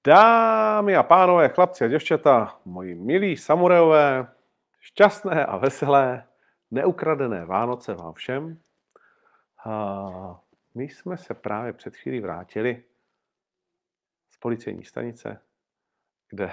Dámy a pánové, chlapci a děvčata, moji milí samurajové, šťastné a veselé, neukradené Vánoce vám všem. My jsme se právě před chvílí vrátili z policejní stanice, kde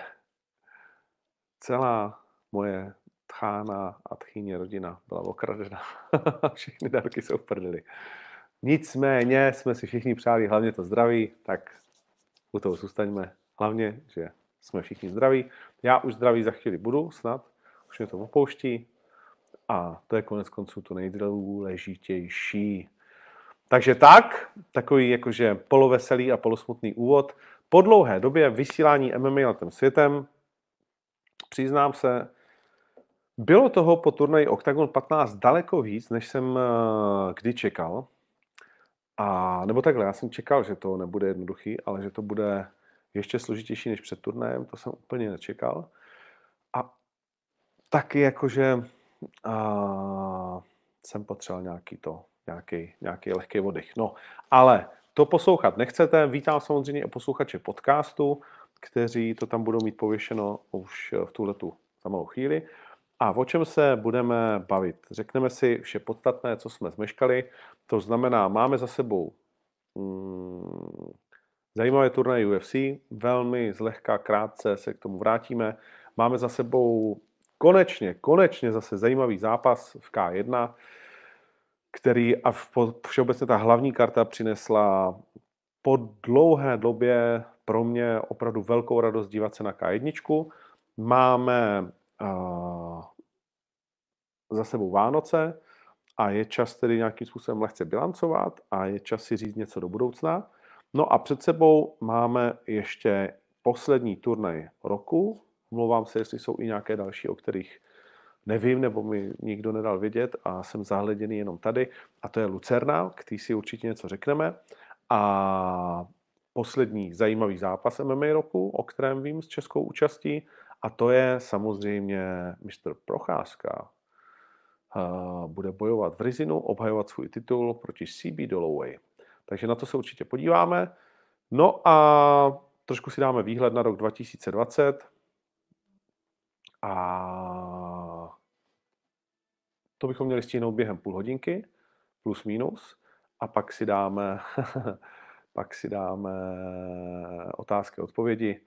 celá moje tchána a tchýně rodina byla okradena. Všechny dárky jsou v prdeli. Nicméně jsme si všichni přáli hlavně to zdraví, tak u toho zůstaňme. Hlavně, že jsme všichni zdraví. Já už zdravý za chvíli budu, snad. Už mě to opouští. A to je konec konců to nejdůležitější. Takže takový jakože poloveselý a polosmutný úvod. Po dlouhé době vysílání MMA nad tím světem, přiznám se, bylo toho po turnaji Octagon 15 daleko víc, než jsem kdy čekal. Nebo takhle, já jsem čekal, že to nebude jednoduchý, ale že to bude ještě složitější než před turnajem, to jsem úplně nečekal. A taky jakože jsem potřeboval nějaký lehký oddych. No, ale to poslouchat nechcete. Vítám samozřejmě i posluchače podcastu, kteří to tam budou mít pověšeno už v tuhletu za malou chvíli. A o čem se budeme bavit? Řekneme si vše podstatné, co jsme zmeškali. To znamená, máme za sebou zajímavé turnaje UFC, velmi zlehka, krátce se k tomu vrátíme. Máme za sebou konečně zase zajímavý zápas v K1, který a všeobecně ta hlavní karta přinesla po dlouhé době pro mě opravdu velkou radost dívat se na K1. Máme za sebou Vánoce a je čas tedy nějakým způsobem lehce bilancovat a je čas si říct něco do budoucna. No a před sebou máme ještě poslední turnaj roku. Omlouvám se, jestli jsou i nějaké další, o kterých nevím, nebo mi nikdo nedal vědět a jsem zahleděný jenom tady. A to je Lucerna, který si určitě něco řekneme. A poslední zajímavý zápas MMA roku, o kterém vím s českou účastí, a to je samozřejmě mistr Procházka. Bude bojovat v Rizinu, obhajovat svůj titul proti CB Dollaway. Takže na to se určitě podíváme. No a trošku si dáme výhled na rok 2020. A to bychom měli stihnout během půl hodinky, plus minus. A pak si dáme, otázky a odpovědi,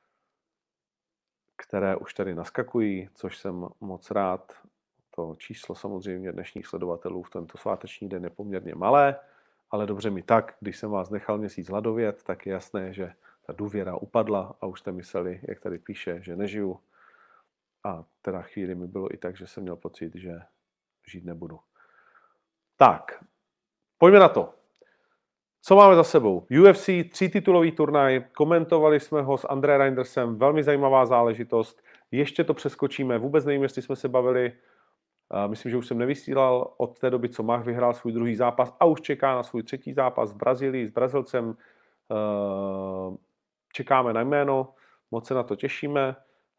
které už tady naskakují, což jsem moc rád. To číslo samozřejmě dnešních sledovatelů v tento sváteční den je poměrně malé, ale dobře mi tak, když jsem vás nechal měsíc hladovět, tak je jasné, že ta důvěra upadla a už jste mysleli, jak tady píše, že nežiju. A teda chvíli mi bylo i tak, že jsem měl pocit, že žít nebudu. Tak, pojďme na to. Co máme za sebou? UFC 3-titulový turnaj, komentovali jsme ho s André Reindersem, velmi zajímavá záležitost. Ještě to přeskočíme, vůbec nevím, jestli jsme se bavili, myslím, že už jsem nevysílal od té doby, co Mach vyhrál svůj druhý zápas a už čeká na svůj třetí zápas v Brazílii s Brazilcem. Čekáme na jméno, moc se na to těšíme.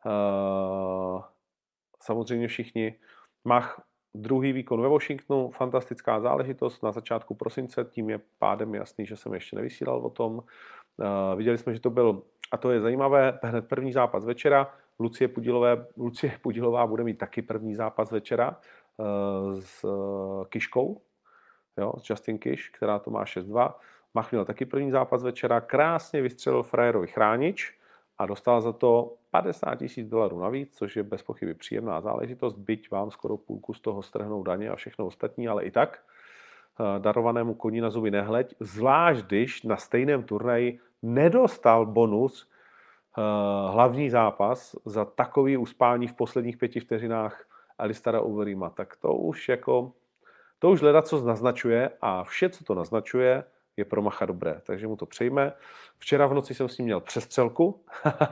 Samozřejmě všichni. Mach druhý výkon ve Washingtonu, fantastická záležitost na začátku prosince, tím je pádem jasný, že jsem ještě nevysílal o tom. Viděli jsme, že to byl, a to je zajímavé, hned první zápas večera. Lucie Pudilová bude mít taky první zápas večera s Kiškou, jo, s Justin Kish, která to má 6-2. Mach měl taky první zápas večera, krásně vystřelil frajerovi chránič a dostal za to $50,000 navíc, což je bez pochyby příjemná záležitost, byť vám skoro půlku z toho strhnou daně a všechno ostatní, ale i tak darovanému koni na zuby nehleď, zvlášť když na stejném turnaji nedostal bonus hlavní zápas za takový uspání v posledních 5 vteřinách Alistara Overeema, tak to už ledacos naznačuje a vše, co to naznačuje, je pro Macha dobré, takže mu to přejme. Včera v noci jsem s ním měl přestřelku,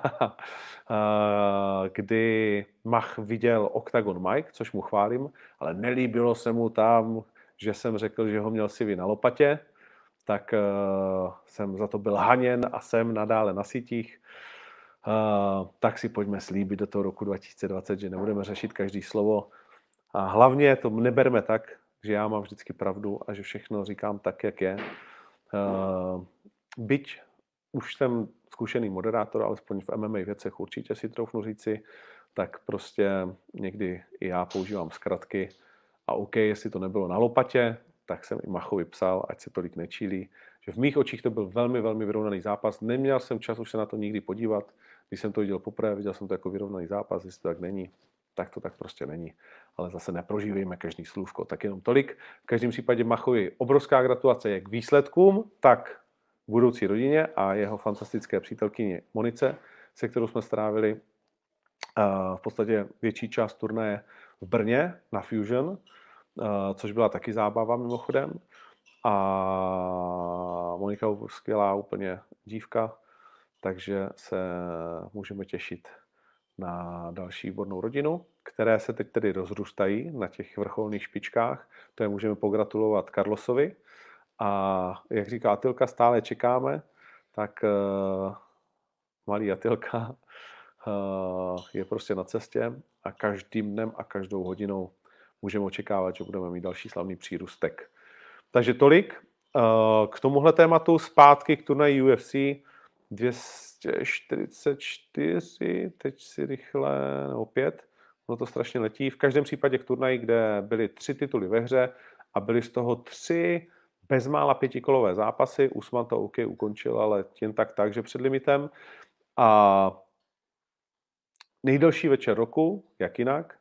kdy Mach viděl Octagon Mike, což mu chválím, ale nelíbilo se mu tam, že jsem řekl, že ho měl Sivy na lopatě, tak jsem za to byl haněn a jsem nadále na sítích. Tak si pojďme slíbit do toho roku 2020, že nebudeme řešit každý slovo. A hlavně to neberme tak, že já mám vždycky pravdu a že všechno říkám tak, jak je. Byť už jsem zkušený moderátor, alespoň v MMA věcech určitě si troufnu říci, tak prostě někdy i já používám zkratky a OK, jestli to nebylo na lopatě, tak jsem i Machovi psal, ať se tolik nečílí, že v mých očích to byl velmi, velmi vyrovnaný zápas. Neměl jsem čas už se na to nikdy podívat. Když jsem to viděl poprvé, viděl jsem to jako vyrovnaný zápas, jestli to tak není, tak to tak prostě není. Ale zase neprožívejme každý slůvko. Tak jenom tolik. V každém případě Machovi obrovská gratulace jak k výsledkům, tak budoucí rodině a jeho fantastické přítelkyni Monice, se kterou jsme strávili v podstatě větší část turnaje v Brně na Fusion, což byla taky zábava mimochodem. A Monika je skvělá úplně dívka, takže se můžeme těšit na další výbornou rodinu, které se teď tedy rozrůstají na těch vrcholných špičkách. To je můžeme pogratulovat Carlosovi. A jak říká Attilka, stále čekáme, tak malý Attilka je prostě na cestě a každým dnem a každou hodinou můžeme očekávat, že budeme mít další slavný přírůstek. Takže tolik k tomuhle tématu. Zpátky k turnaji UFC 244, teď si rychle, nebo 5, ono to strašně letí. V každém případě k turnaji, kde byly 3 tituly ve hře a byly z toho 3 bezmála 5kolové zápasy. Usman to OK ukončil, ale jen tak, že před limitem. A nejdelší večer roku, jak jinak.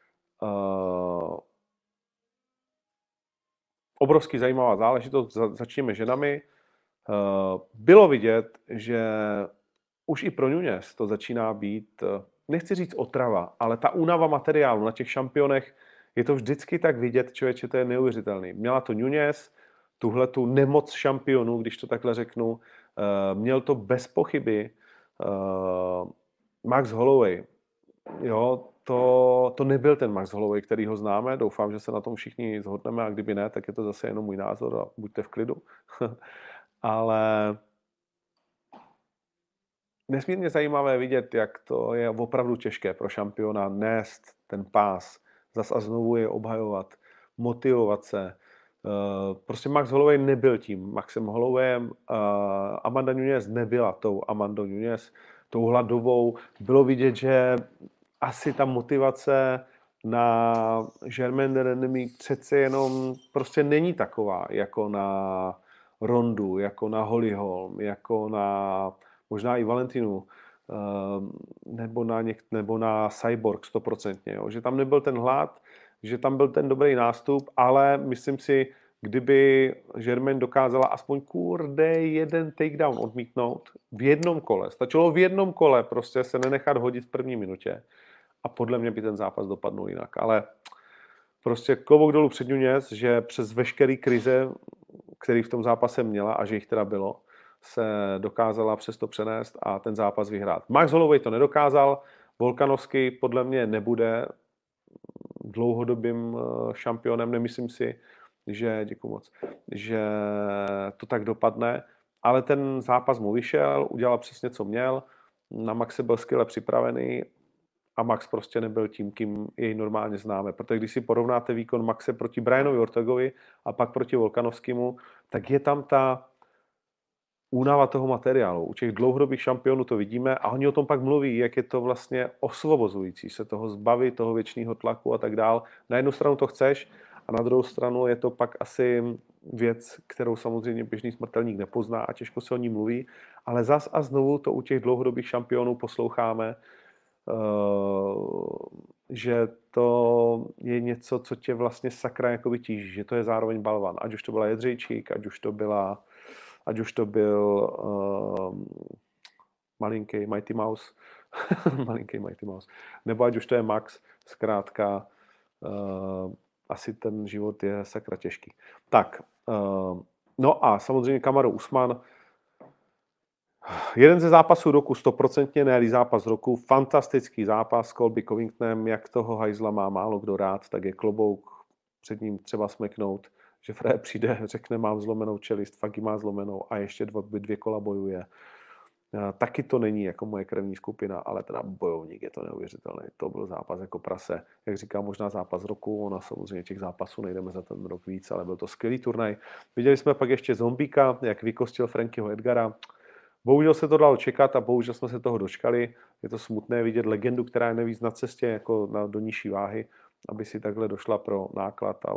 Obrovsky zajímavá záležitost, začněme ženami. Bylo vidět, že už i pro Nunes to začíná být, nechci říct otrava, ale ta únava materiálu na těch šampionech, je to vždycky tak vidět, člověče, to je neuvěřitelný. Měla to Nunes, tuhletu nemoc šampionů, když to takhle řeknu, měl to bez pochyby Max Holloway. Jo, to nebyl ten Max Holloway, který ho známe. Doufám, že se na tom všichni shodneme a kdyby ne, tak je to zase jenom můj názor a buďte v klidu. Ale nesmírně zajímavé vidět, jak to je opravdu těžké pro šampiona nést ten pás, zas a znovu je obhajovat, motivovat se. Prostě Max Holloway nebyl tím Maxem Hollowayem, Amanda Nunes nebyla tou Amandou Nunes, tou hladovou. Bylo vidět, že asi ta motivace na Germaine de Randamie přece jenom prostě není taková, jako na Rondu, jako na Holly Holm, jako na možná i Valentinu, nebo na Cyborg 100%. Že tam nebyl ten hlad, že tam byl ten dobrý nástup, ale myslím si, kdyby Germaine dokázala aspoň jeden takedown odmítnout v jednom kole. Stačilo v jednom kole prostě se nenechat hodit v první minutě. A podle mě by ten zápas dopadnul jinak. Ale prostě klobouk dolů před Nunes, že přes veškerý krize, který v tom zápase měla a že jich teda bylo, se dokázala přesto přenést a ten zápas vyhrát. Max Holloway to nedokázal, Volkanovský podle mě nebude dlouhodobým šampionem, nemyslím si, že, děkuju moc, že to tak dopadne, ale ten zápas mu vyšel, udělal přesně, co měl, na Maxe byl skvěle připravený a Max prostě nebyl tím, kým jej normálně známe. Protože když si porovnáte výkon Maxe proti Brianovi Ortegovi a pak proti Volkanovskému, tak je tam ta únava toho materiálu. U těch dlouhodobých šampionů to vidíme a oni o tom pak mluví, jak je to vlastně osvobozující se toho zbavit, toho věčného tlaku a tak dál. Na jednu stranu to chceš a na druhou stranu je to pak asi věc, kterou samozřejmě běžný smrtelník nepozná a těžko se o ní mluví, ale zas a znovu to u těch dlouhodobých šampionů posloucháme, že to je něco, co tě vlastně sakra jako vytíží, že to je zároveň balvan. Ať už to byla Jedřejčík, ať už to byl malinký Mighty Mouse, malinký Mighty Mouse, nebo ať už to je Max, zkrátka asi ten život je sakra těžký. Tak, no a samozřejmě Kamaru Usman, jeden ze zápasů roku, 100%, ne zápas roku, fantastický zápas s Colby Covingtonem, jak toho hajzla má málo kdo rád, tak je klobouk před ním třeba smeknout, že Fré přijde, řekne, mám zlomenou čelist, fakt ji má zlomenou a ještě dvě kola bojuje. Taky to není jako moje krevní skupina, ale teda bojovník, je to neuvěřitelné. To byl zápas jako prase. Jak říkám, možná zápas roku, ona samozřejmě těch zápasů nejdeme za ten rok víc, ale byl to skvělý turnaj. Viděli jsme pak ještě Zombíka, jak vykostil Frankyho Edgara. Bohužel se to dalo čekat a bohužel jsme se toho dočkali. Je to smutné vidět legendu, která je navíc na cestě jako do nižší váhy, aby si takhle došla pro náklad,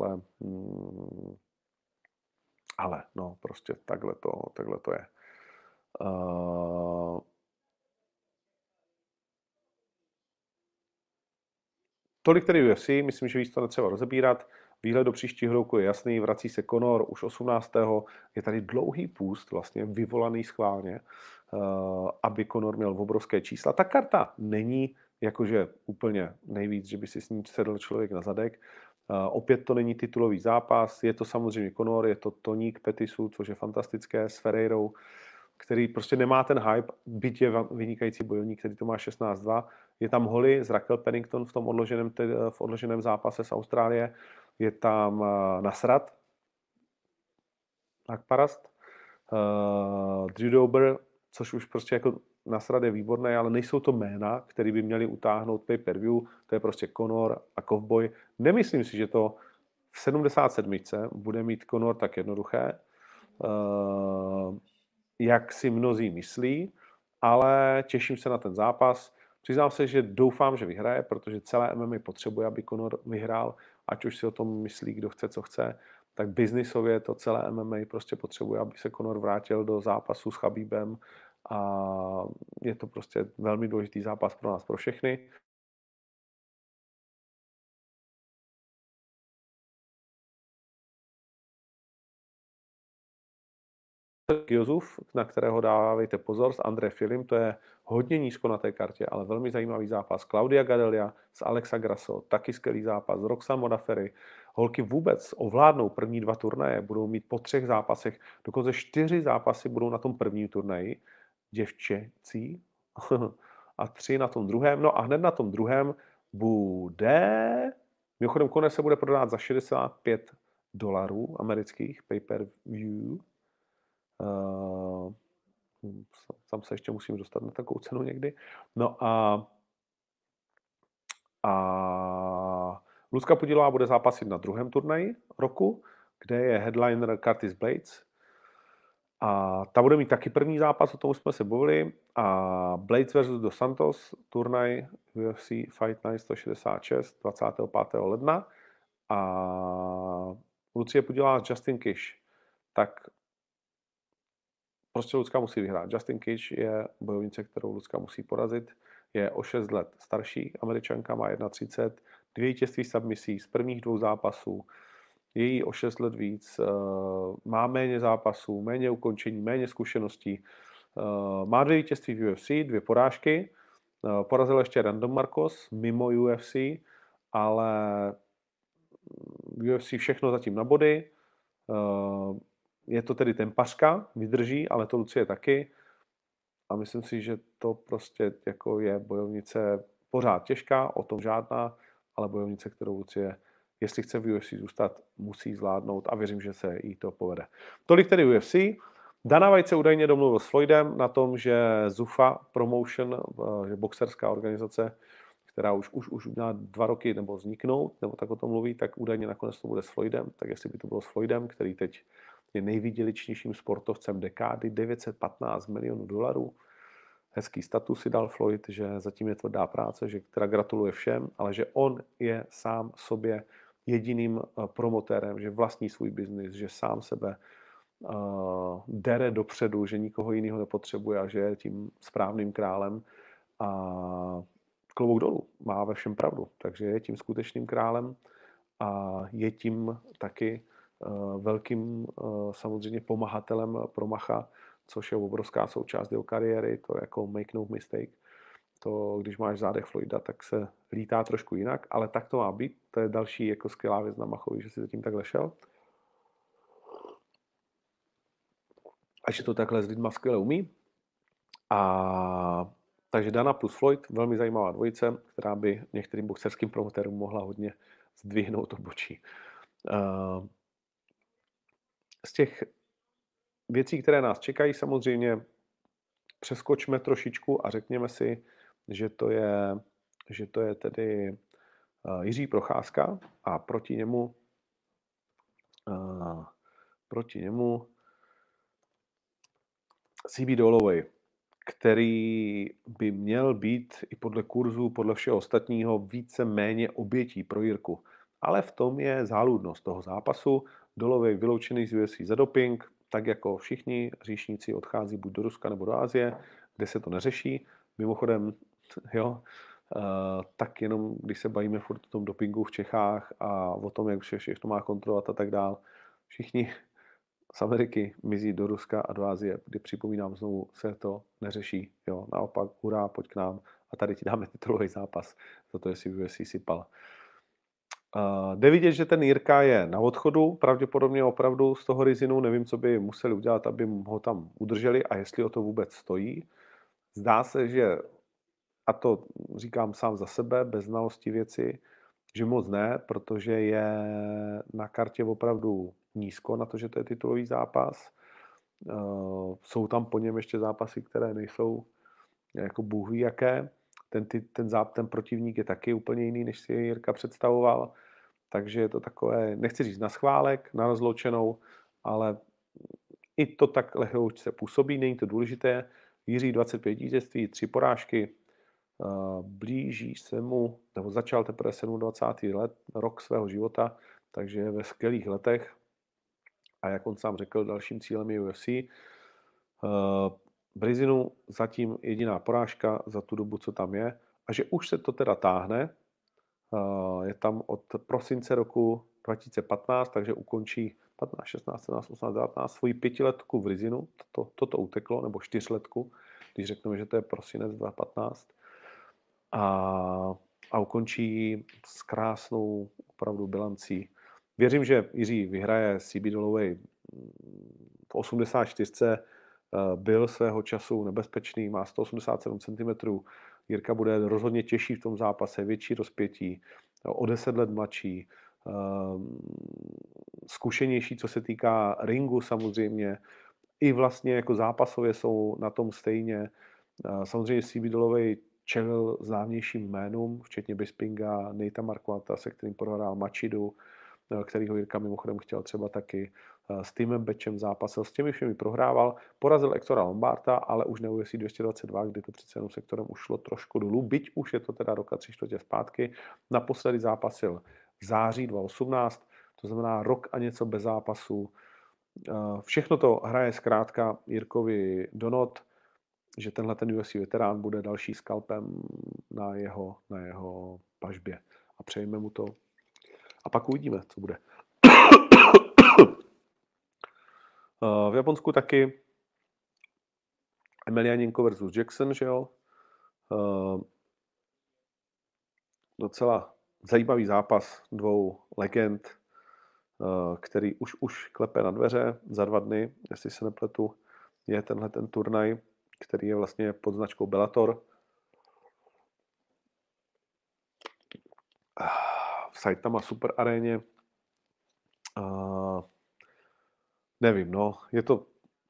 ale no, prostě takhle to je. Tolik tedy UFC, myslím, že víc to netřeba rozebírat. Výhled do příštího roku je jasný, vrací se Conor už 18. Je tady dlouhý půst, vlastně vyvolaný schválně, aby Conor měl obrovské čísla. Ta karta není jakože úplně nejvíc, že by si s ní sedl člověk na zadek. Opět to není titulový zápas, je to samozřejmě Conor, je to Toník Pettisu, což je fantastické, s Ferreirou, který prostě nemá ten hype, byť je vynikající bojovník, který to má 16-2. Je tam Holly z Raquel Pennington v tom odloženém zápase z Austrálie. Je tam Nasrat, Akparast, Drew Dober, což už prostě jako Nasrat je výborný, ale nejsou to jména, který by měli utáhnout pay-per-view. To je prostě Conor a Kovboj. Nemyslím si, že to v 77. bude mít Conor tak jednoduché, jak si mnozí myslí, ale těším se na ten zápas. Přiznám se, že doufám, že vyhraje, protože celé MMA potřebuje, aby Conor vyhrál, ať už si o tom myslí, kdo chce, co chce, tak biznisově to celé MMA prostě potřebuje, aby se Conor vrátil do zápasu s Khabibem a je to prostě velmi důležitý zápas pro nás, pro všechny. Josuf, na kterého dávejte pozor, s André Filim, to je hodně nízko na té kartě, ale velmi zajímavý zápas. Claudia Gadelha s Alexa Grasso, taky skvělý zápas. Roxanne Modafferi. Holky vůbec ovládnou první 2 turnaje, budou mít po 3 zápasech, dokonce 4 zápasy budou na tom prvním turnaji, děvčecí, a 3 na tom druhém. No a hned na tom druhém bude, mimochodem konec se bude prodávat za $65 amerických pay-per-view. Tam se ještě musím dostat na takovou cenu někdy. No a Lucka Podilová bude zápasit na druhém turnaji roku, kde je headliner Curtis Blades. A ta bude mít taky první zápas, o tom jsme se bavili. A Blades versus Dos Santos, turnaj UFC Fight Night 166, 25. ledna. A Lucie Podilová s Justin Kish. Tak prostě Lucka musí vyhrát. Justin Kish je bojovnice, kterou Lucka musí porazit. Je o 6 let starší Američanka, má 31, 2 vítězství submisí z prvních 2 zápasů. Je jí o 6 let víc, má méně zápasů, méně ukončení, méně zkušeností. Má 2 vítězství v UFC, 2 porážky. Porazil ještě Random Marcos mimo UFC, ale v UFC všechno zatím na body. Je to tedy tempařka, vydrží, ale to Lucie taky. A myslím si, že to prostě jako je bojovnice pořád těžká, o tom žádná, ale bojovnice, kterou Lucie, jestli chce v UFC zůstat, musí zvládnout a věřím, že se jí to povede. Tolik tedy UFC. Dana White se údajně domluvil s Floydem na tom, že Zuffa Promotion, že boxerská organizace, která už měla 2 roky nebo vzniknout, nebo tak o tom mluví, tak údajně nakonec to bude s Floydem. Tak jestli by to bylo s Floydem, který teď je nejvýdělečnějším sportovcem dekády, $915 milionů. Hezký status si dal Floyd, že zatím je tvrdá práce, že teda gratuluje všem, ale že on je sám sobě jediným promotérem, že vlastní svůj biznis, že sám sebe dere dopředu, že nikoho jiného nepotřebuje a že je tím správným králem. A klobouk dolů, má ve všem pravdu, takže je tím skutečným králem a je tím taky velkým samozřejmě pomahatelem pro Macha, což je obrovská součást jeho kariéry, to je jako make no mistake. To, když máš v zádech Floyda, tak se lítá trošku jinak, ale tak to má být. To je další jako skvělá věc na Machovi, že si zatím takhle šel. A že to takhle s lidma skvěle umí. Takže Dana plus Floyd, velmi zajímavá dvojice, která by některým boxerským promotérům mohla hodně zdvihnout obočí. Z těch věcí, které nás čekají, samozřejmě přeskočme trošičku a řekněme si, že to je tedy Jiří Procházka a proti němu CB Holloway. který by měl být i podle kurzu, podle všeho ostatního, více méně obětí pro Jirku. Ale v tom je záludnost toho zápasu. Dolovej vyloučený z UFC za doping, tak jako všichni říšníci odchází buď do Ruska nebo do Asie, kde se to neřeší. Mimochodem, jo, tak jenom když se bavíme furt o tom dopingu v Čechách a o tom, jak všechno má kontrolovat a tak dál, všichni z Ameriky mizí do Ruska a do Asie, kdy připomínám znovu, se to neřeší. Jo, naopak, hurá, pojď k nám a tady ti dáme titulový zápas za to, jestli v UFC sypal. Jde vidět, že ten Jirka je na odchodu, pravděpodobně opravdu z toho Rizinu, nevím, co by museli udělat, aby ho tam udrželi a jestli o to vůbec stojí. Zdá se, že, a to říkám sám za sebe, bez znalosti věci, že moc ne, protože je na kartě opravdu nízko na to, že to je titulový zápas. Jsou tam po něm ještě zápasy, které nejsou jako bůh ví jaké. Ten protivník je taky úplně jiný, než si Jirka představoval. Takže je to takové, nechci říct na schválek, na rozloučenou, ale i to tak lehoučce působí, není to důležité. Jiří 25 vítězství, 3 porážky, blíží se mu, nebo začal teprve 27. rok svého života, takže je ve skvělých letech. A jak on sám řekl, dalším cílem je UFC. V Rizinu zatím jediná porážka za tu dobu, co tam je. A že už se to teda táhne, je tam od prosince roku 2015, takže ukončí 15, 16, 17, 18, 19 svoji 5letku v Rizinu. Toto uteklo, nebo 4letku, když řekneme, že to je prosinec 2015. A ukončí s krásnou opravdu bilancí. Věřím, že Jiří vyhraje CB Dolovej v 84. Byl svého času nebezpečný, má 187 cm. Jirka bude rozhodně těžší v tom zápase, větší rozpětí, o 10 let mladší, zkušenější, co se týká ringu samozřejmě. I vlastně jako zápasově jsou na tom stejně. Samozřejmě CB Dolovej čelil známějším jménům, včetně Bispinga, Nate Marquarta, se kterým prohrál Machidu, kterýho Jirka mimochodem chtěl třeba taky. S Timem Bečem zápasil, s těmi všemi prohrával, porazil Hectora Lombarda, ale už na UFC 222, kdy to přece jenom sektorem ušlo trošku dolů, byť už je to teda roka 3/4 zpátky. Naposledy zápasil v září 2018, to znamená rok a něco bez zápasu. Všechno to hraje zkrátka Jirkovi do not, že tenhle ten UFC veterán bude další skalpem na jeho pažbě. A přejme mu to. A pak uvidíme, co bude. V Japonsku taky Emelianenko versus Jackson, že jo? Docela zajímavý zápas dvou legend, který už klepe na dveře za 2 dny, jestli se nepletu, je tenhle ten turnaj, který je vlastně pod značkou Bellator. V Saitama Super aréně. Nevím, no, je to,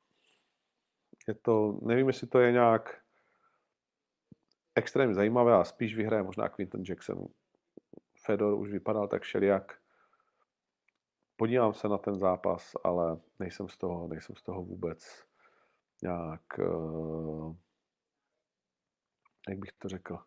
nevím, jestli to je nějak extrémně zajímavé a spíš vyhraje možná Quinton Jackson. Fedor už vypadal tak všelijak. Podívám se na ten zápas, ale nejsem z toho vůbec nějak, jak bych to řekl,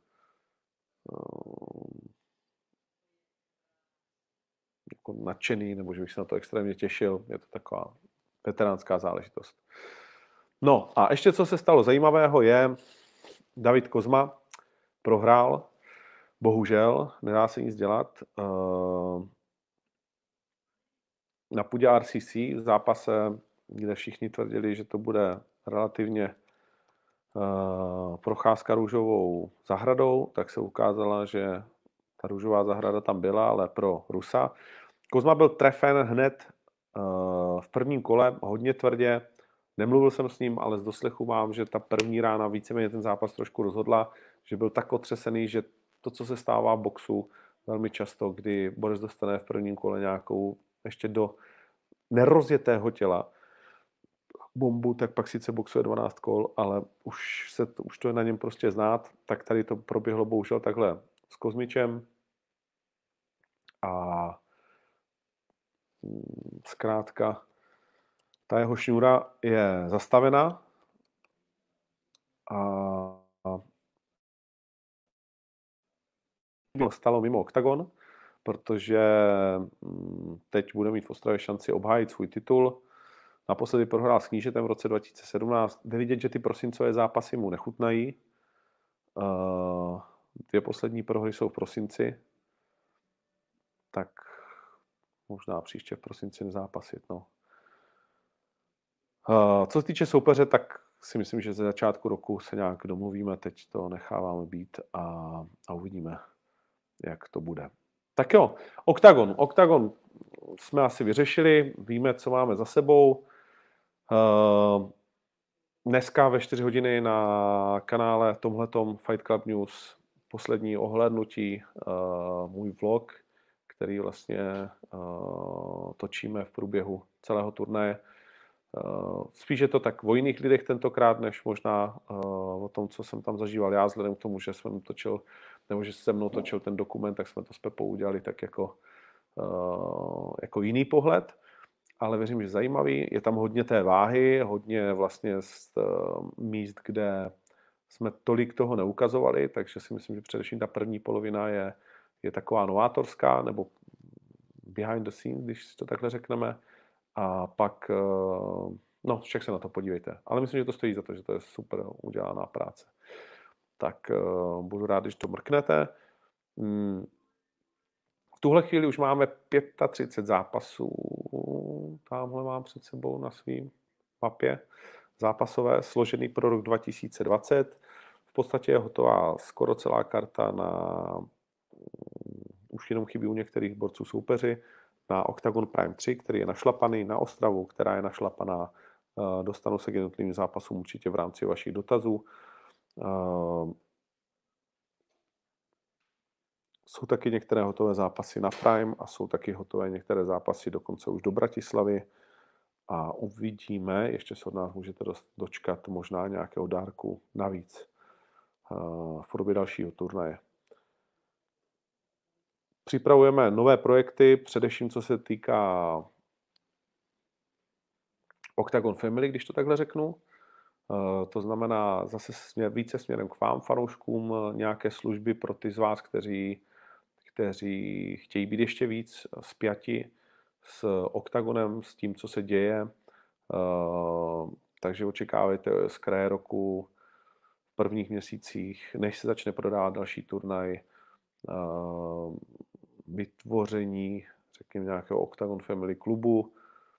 jako nadšený, nebo že bych se na to extrémně těšil. Je to taková veteránská záležitost. No a ještě co se stalo zajímavého je, David Kozma prohrál, bohužel, nedá se nic dělat. Na půdě RCC v zápase, kde všichni tvrdili, že to bude relativně procházka růžovou zahradou, tak se ukázala, že ta růžová zahrada tam byla, ale pro Rusa. Kozma byl trefen hned v prvním kole, hodně tvrdě. Nemluvil jsem s ním, ale z doslechu mám, že ta první rána víceméně ten zápas trošku rozhodla, že byl tak otřesený, že to, co se stává v boxu velmi často, kdy borec dostane v prvním kole nějakou ještě do nerozjetého těla bombu, tak pak sice boxuje 12 kol, ale už to je na něm prostě znát, tak tady to proběhlo bohužel takhle s Kozmičem a zkrátka ta jeho šňůra je zastavena a stalo mimo OKTAGON, protože teď bude mít v Ostravě šanci obhájit svůj titul. Naposledy prohrál s Knížetem v roce 2017. Jde vidět, že ty prosincové zápasy mu nechutnají. Dvě poslední prohry jsou v prosinci, tak možná příště v prosinci nezápasit. No. Co se týče soupeře, tak si myslím, že ze začátku roku se nějak domluvíme, teď to necháváme být a uvidíme, jak to bude. Tak jo, OKTAGON. OKTAGON jsme asi vyřešili, víme, co máme za sebou. Dneska ve 4 hodiny na kanále tomhletom Fight Club News poslední ohlédnutí, můj vlog, který vlastně točíme v průběhu celého turnaje. Spíš je to tak o jiných lidech tentokrát, než možná o tom, co jsem tam zažíval já, vzhledem k tomu, že jsem točil, nebo že se mnou točil ten dokument, tak jsme to s Pepou udělali tak jako jiný pohled, ale věřím, že zajímavý. Je tam hodně té váhy, hodně vlastně z míst, kde jsme tolik toho neukazovali, takže si myslím, že především ta první polovina je taková novátorská, nebo behind the scenes, když si to takhle řekneme. A pak, no, však se na to podívejte. Ale myslím, že to stojí za to, že to je super udělaná práce. Tak budu rád, když to mrknete. V tuhle chvíli už máme 35 zápasů. Tamhle mám před sebou na svým mapě zápasové, složený pro rok 2020. V podstatě je hotová skoro celá karta už jenom chybí u některých borců soupeři, na Octagon Prime 3, který je našlapaný, na Ostravu, která je našlapaná. Dostanu se k jednotlivým zápasům určitě v rámci vašich dotazů. Jsou taky některé hotové zápasy na Prime a jsou taky hotové některé zápasy dokonce už do Bratislavy. A uvidíme, ještě se od nás můžete dočkat možná nějakého dárku navíc v podobě dalšího turnaje. Připravujeme nové projekty, především co se týká Octagon Family, když to takhle řeknu. To znamená zase více směrem k vám, fanouškům, nějaké služby pro ty z vás, kteří chtějí být ještě víc spjati s Octagonem, s tím, co se děje. Takže očekávejte z kraje roku v prvních měsících, než se začne prodávat další turnaj, vytvoření, řekněme, nějakého Octagon Family klubu,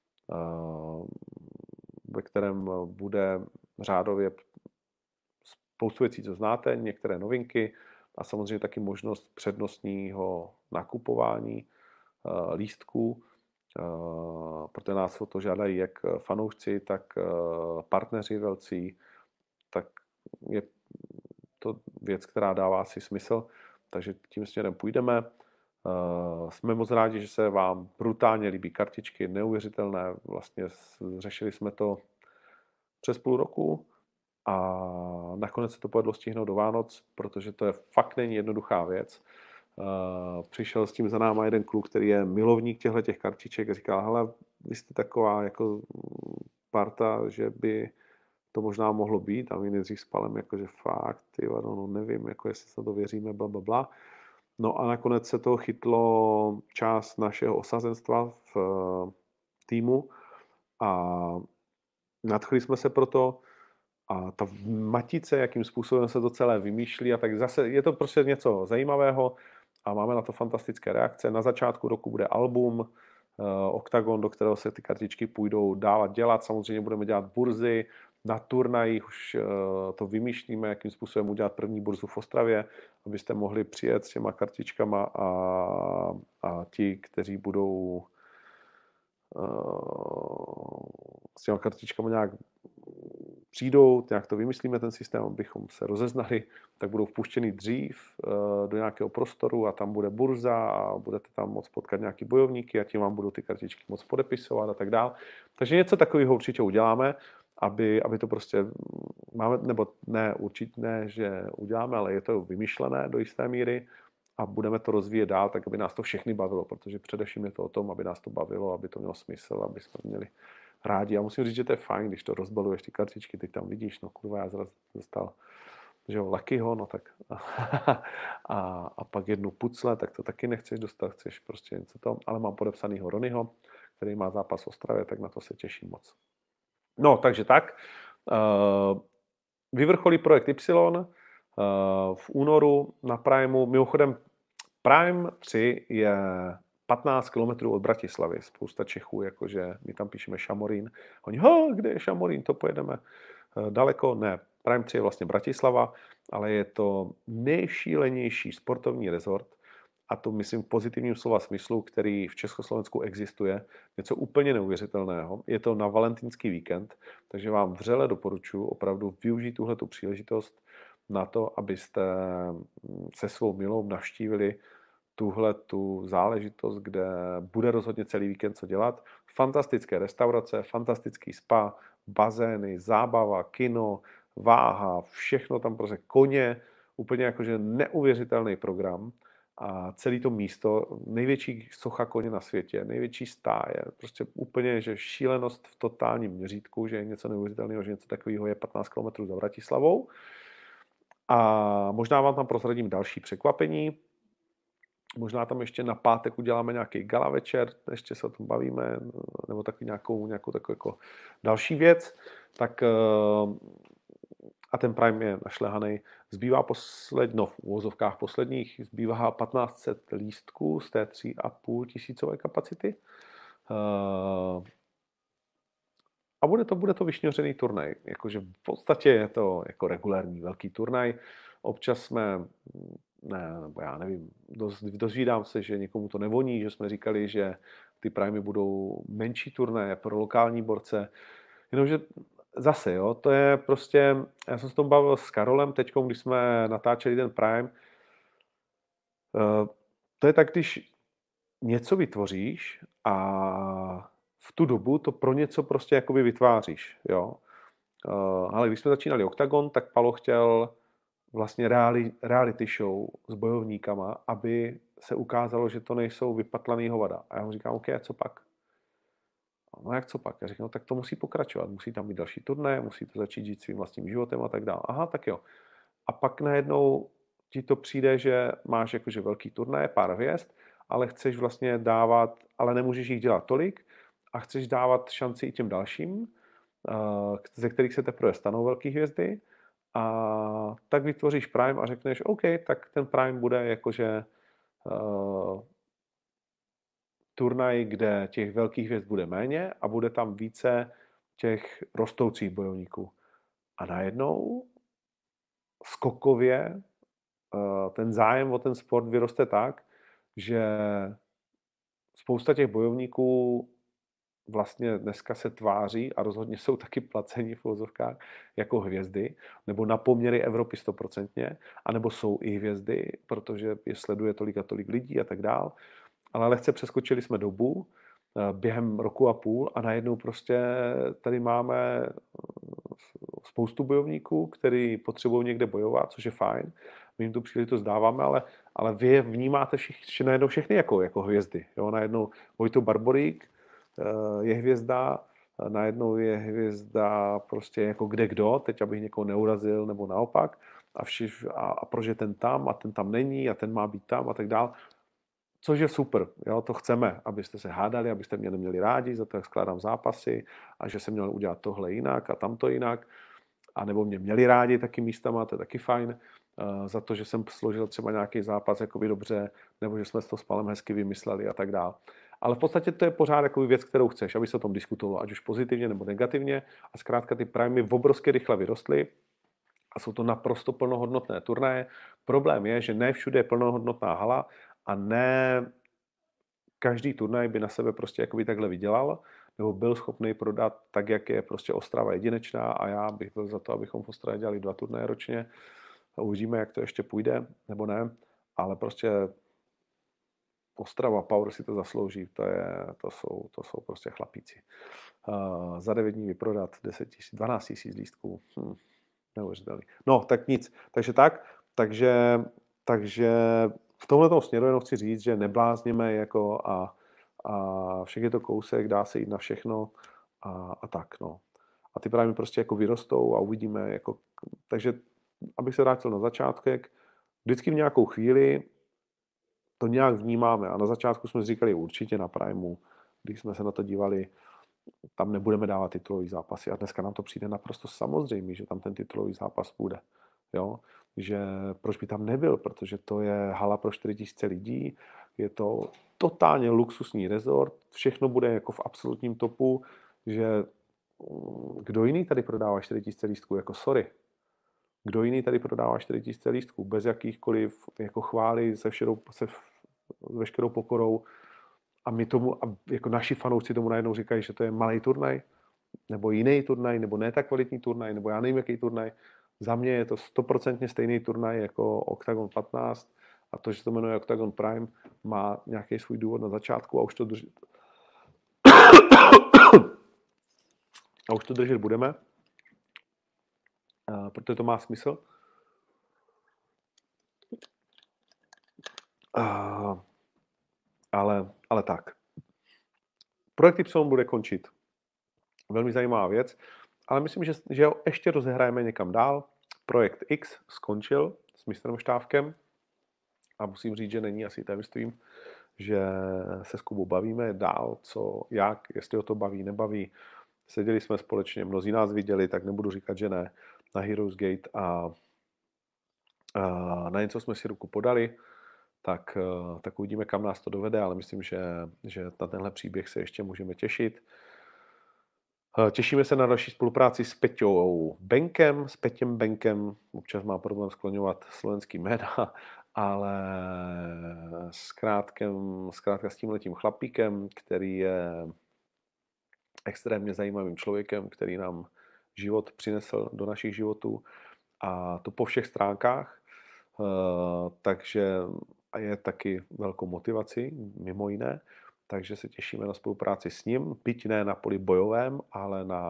ve kterém bude řádově spoustu věcí, co znáte, některé novinky a samozřejmě taky možnost přednostního nakupování lístků, protože nás o to žádají jak fanoušci, tak partneři velcí, tak je to věc, která dává asi smysl, takže tím směrem půjdeme. Jsme moc rádi, že se vám brutálně líbí kartičky, neuvěřitelné, vlastně řešili jsme to přes půl roku a nakonec se to povedlo stihnout do Vánoc, protože to je fakt není jednoduchá věc. Přišel s tím za náma jeden kluk, který je milovník těch kartiček a říkal, hele, vy jste taková jako parta, že by to možná mohlo být a my nejdřív spalem, jakože fakt, no nevím, jako jestli se to věříme, blablabla. No a nakonec se to chytlo část našeho osazenstva v týmu a nadchli jsme se proto a ta matice, jakým způsobem se to celé vymýšlí a tak zase je to prostě něco zajímavého a máme na to fantastické reakce. Na začátku roku bude album Octagon, do kterého se ty kartičky půjdou dávat dělat. Samozřejmě budeme dělat burzy, na turnajích už to vymýšlíme, jakým způsobem udělat první burzu v Ostravě, abyste mohli přijet s těma kartičkama a ti, kteří budou s těma kartičkama nějak přijdou, nějak to vymyslíme ten systém, abychom se rozeznali, tak budou vpuštěni dřív do nějakého prostoru a tam bude burza a budete tam moct potkat nějaký bojovníky a tím vám budou ty kartičky moc podepisovat a tak dále. Takže něco takového určitě uděláme, aby to prostě máme, nebo ne, určitě ne, že uděláme, ale je to vymyšlené do jisté míry a budeme to rozvíjet dál, tak aby nás to všechny bavilo, protože především je to o tom, aby nás to bavilo, aby to mělo smysl, aby jsme měli rádi. Já musím říct, že to je fajn, když to rozbaluješ ty kartičky, teď tam vidíš, no kurva, já zase dostal, že jo, Luckyho, no tak a pak jednu pucle, tak to taky nechceš dostat, chceš prostě něco to, ale mám podepsanýho Ronyho, který má zápas v Ostravě, tak na to se těším moc. No, takže tak. Vyvrcholí projekt Y v únoru na Primeu. Mimochodem, Prime 3 je 15 km od Bratislavy. Spousta Čechů, jakože my tam píšeme Šamorín. Oni, kde je Šamorín, to pojedeme daleko. Ne, Prime 3 je vlastně Bratislava, ale je to nejšílenější sportovní rezort, a to myslím v pozitivním slova smyslu, který v Československu existuje, něco úplně neuvěřitelného. Je to na valentínský víkend, takže vám vřele doporučuji opravdu využít tuhletu příležitost na to, abyste se svou milou navštívili tu záležitost, kde bude rozhodně celý víkend co dělat. Fantastické restaurace, fantastický spa, bazény, zábava, kino, váha, všechno tam prostě koně, úplně jakože neuvěřitelný program. A celé to místo, největší socha koně na světě, největší stáje, prostě úplně, že šílenost v totálním měřítku, že je něco neuvěřitelného, že něco takového je 15 km za Bratislavou. A možná vám tam prozradím další překvapení. Možná tam ještě na pátek uděláme nějaký gala večer, ještě se o tom bavíme, nebo takový nějakou takovou jako další věc. Tak a ten Prime je našlehaný. Zbývá v uvozovkách posledních, zbývá 1500 lístků z té 3,5 tisícové kapacity. A bude to vyšňořený turnaj. Jakože v podstatě je to jako regulární velký turnaj. Občas jsme, nebo já nevím, dozvídám se, že někomu to nevoní, že jsme říkali, že ty Primy budou menší turnaje pro lokální borce. Jenomže zase, jo, to je prostě, já jsem se tom bavil s Karolem teď, když jsme natáčeli ten Prime. To je tak, když něco vytvoříš a v tu dobu to pro něco prostě jakoby vytváříš, jo. Ale když jsme začínali Octagon, tak Palo chtěl vlastně reality show s bojovníkama, aby se ukázalo, že to nejsou vypatlaný hovada. A já mu říkám, OK, a co pak? No jak co pak? Já říkám, no tak to musí pokračovat, musí tam být další turné, musí to začít žít svým vlastním životem a tak dále. Aha, tak jo. A pak najednou ti to přijde, že máš jakože velký turné, pár hvězd, ale chceš vlastně dávat, ale nemůžeš jich dělat tolik a chceš dávat šanci i těm dalším, ze kterých se teprve stanou velké hvězdy. A tak vytvoříš Prime a řekneš, OK, tak ten Prime bude jakože turnaj, kde těch velkých hvězd bude méně a bude tam více těch rostoucích bojovníků. A najednou skokově ten zájem o ten sport vyroste tak, že spousta těch bojovníků vlastně dneska se tváří a rozhodně jsou taky placeni v uvozovkách jako hvězdy, nebo na poměry Evropy 100%, anebo jsou i hvězdy, protože je sleduje tolik a tolik lidí a tak dál. Ale lehce přeskočili jsme dobu během roku a půl a najednou prostě tady máme spoustu bojovníků, kteří potřebují někde bojovat, což je fajn. My jim tu příležitost dáváme, ale vy je vnímáte najednou všechny jako hvězdy. Jo? Najednou Vojto Barborík je hvězda, najednou je hvězda prostě jako kde kdo, teď abych někoho neurazil nebo naopak, a proč je ten tam a ten tam není a ten má být tam a tak dál. Což je super, jo, to chceme, abyste se hádali, abyste mě neměli rádi za to, jak skládám zápasy a že jsem měl udělat tohle jinak a tamto jinak. A nebo mě měli rádi taky místama, to je taky fajn, za to, že jsem složil třeba nějaký zápas jakoby dobře, nebo že jsme to s Palem hezky vymysleli a tak dále. Ale v podstatě to je pořád jakoby věc, kterou chceš, aby se o tom diskutovalo, ať už pozitivně nebo negativně. A zkrátka ty Primy obrovsky rychle vyrostly a jsou to naprosto plnohodnotné turnaje. Problém je, že ne všude je plnohodnotná hala a ne každý turnaj by na sebe prostě jakoby takhle vydělal, nebo byl schopný prodat tak, jak je prostě Ostrava jedinečná a já bych byl za to, abychom v Ostravě dělali 2 turnaje ročně. Uvidíme, jak to ještě půjde, nebo ne, ale prostě Ostrava Power si to zaslouží, to jsou prostě chlapíci. Za 9 dní vyprodat 12 000 lístků, neuvěřitelný. No, tak nic, takže v tomhletom směru jenom chci říct, že neblázněme jako a však je to kousek, dá se jít na všechno a tak, no. A ty Primy prostě jako vyrostou a uvidíme, jako, takže abych se vrátil na začátek, vždycky v nějakou chvíli to nějak vnímáme a na začátku jsme říkali určitě na Primu, když jsme se na to dívali, tam nebudeme dávat titulový zápasy a dneska nám to přijde naprosto samozřejmé, že tam ten titulový zápas bude. Jo? Že proč by tam nebyl, protože to je hala pro 4000 lidí, je to totálně luxusní resort, všechno bude jako v absolutním topu, že kdo jiný tady prodává 4000 lístků, jako sorry. Kdo jiný tady prodává 4000 lístků bez jakýchkoliv jako chvály se veškerou pokorou a my tomu, a jako naši fanoušci tomu najednou říkají, že to je malý turnaj, nebo jiný turnaj, nebo ne tak kvalitní turnaj, nebo já nevím, jaký turnaj. Za mě je to 100% stejný turnaj jako Octagon 15 a to, že se to jmenuje Octagon Prime, má nějaký svůj důvod na začátku a už to držet. A už to držet budeme, protože to má smysl. Ale tak. Projekt Y bude končit. Velmi zajímavá věc, ale myslím, že ho ještě rozehrajeme někam dál. Projekt X skončil s mistrem Štávkem a musím říct, že není asi tajemstvím, že se s Kubou bavíme dál, co, jak, jestli ho to baví, nebaví. Seděli jsme společně, mnozí nás viděli, tak nebudu říkat, že ne, na Heroes Gate a na něco jsme si ruku podali, tak uvidíme, kam nás to dovede, ale myslím, že na tenhle příběh se ještě můžeme těšit. Těšíme se na další spolupráci s Peťou Benkem, s Petěm Benkem, občas má problém skloňovat slovenský jména, ale zkrátka s tímhletím chlapíkem, který je extrémně zajímavým člověkem, který nám život přinesl do našich životů a to po všech stránkách, takže je taky velkou motivací, mimo jiné, takže se těšíme na spolupráci s ním, byť ne na poli bojovém, ale na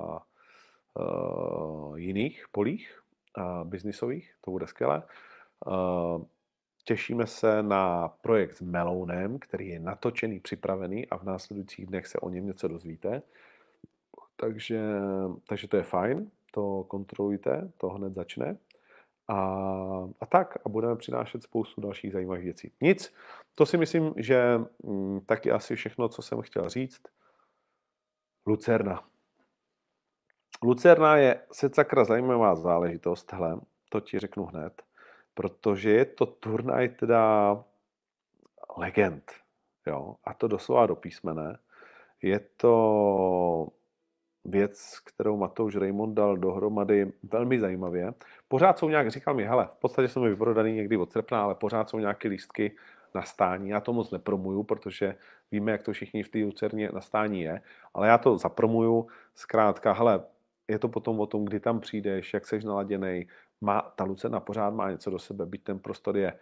jiných polích biznisových, to bude skvělé. Těšíme se na projekt s Melounem, který je natočený, připravený a v následujících dnech se o něm něco dozvíte. Takže to je fajn, to kontrolujte, to hned začne. A tak, a budeme přinášet spoustu dalších zajímavých věcí. Nic, to si myslím, že taky asi všechno, co jsem chtěl říct. Lucerna. Lucerna je secakra zajímavá záležitost, hele, to ti řeknu hned, protože je to turnaj teda legend, jo, a to doslova do písmene. Je to věc, kterou Matouš Raymond dal dohromady velmi zajímavě. Pořád jsou nějak, říkal mi, hele, v podstatě jsou mi vyprodaný někdy od srpna, ale pořád jsou nějaké lístky na stání. Já to moc nepromuju, protože víme, jak to všichni v té Lucerně na stání je, ale já to zapromuju zkrátka, hele, je to potom o tom, kdy tam přijdeš, jak seš naladěnej, ta Lucerna pořád má něco do sebe, byť ten prostor je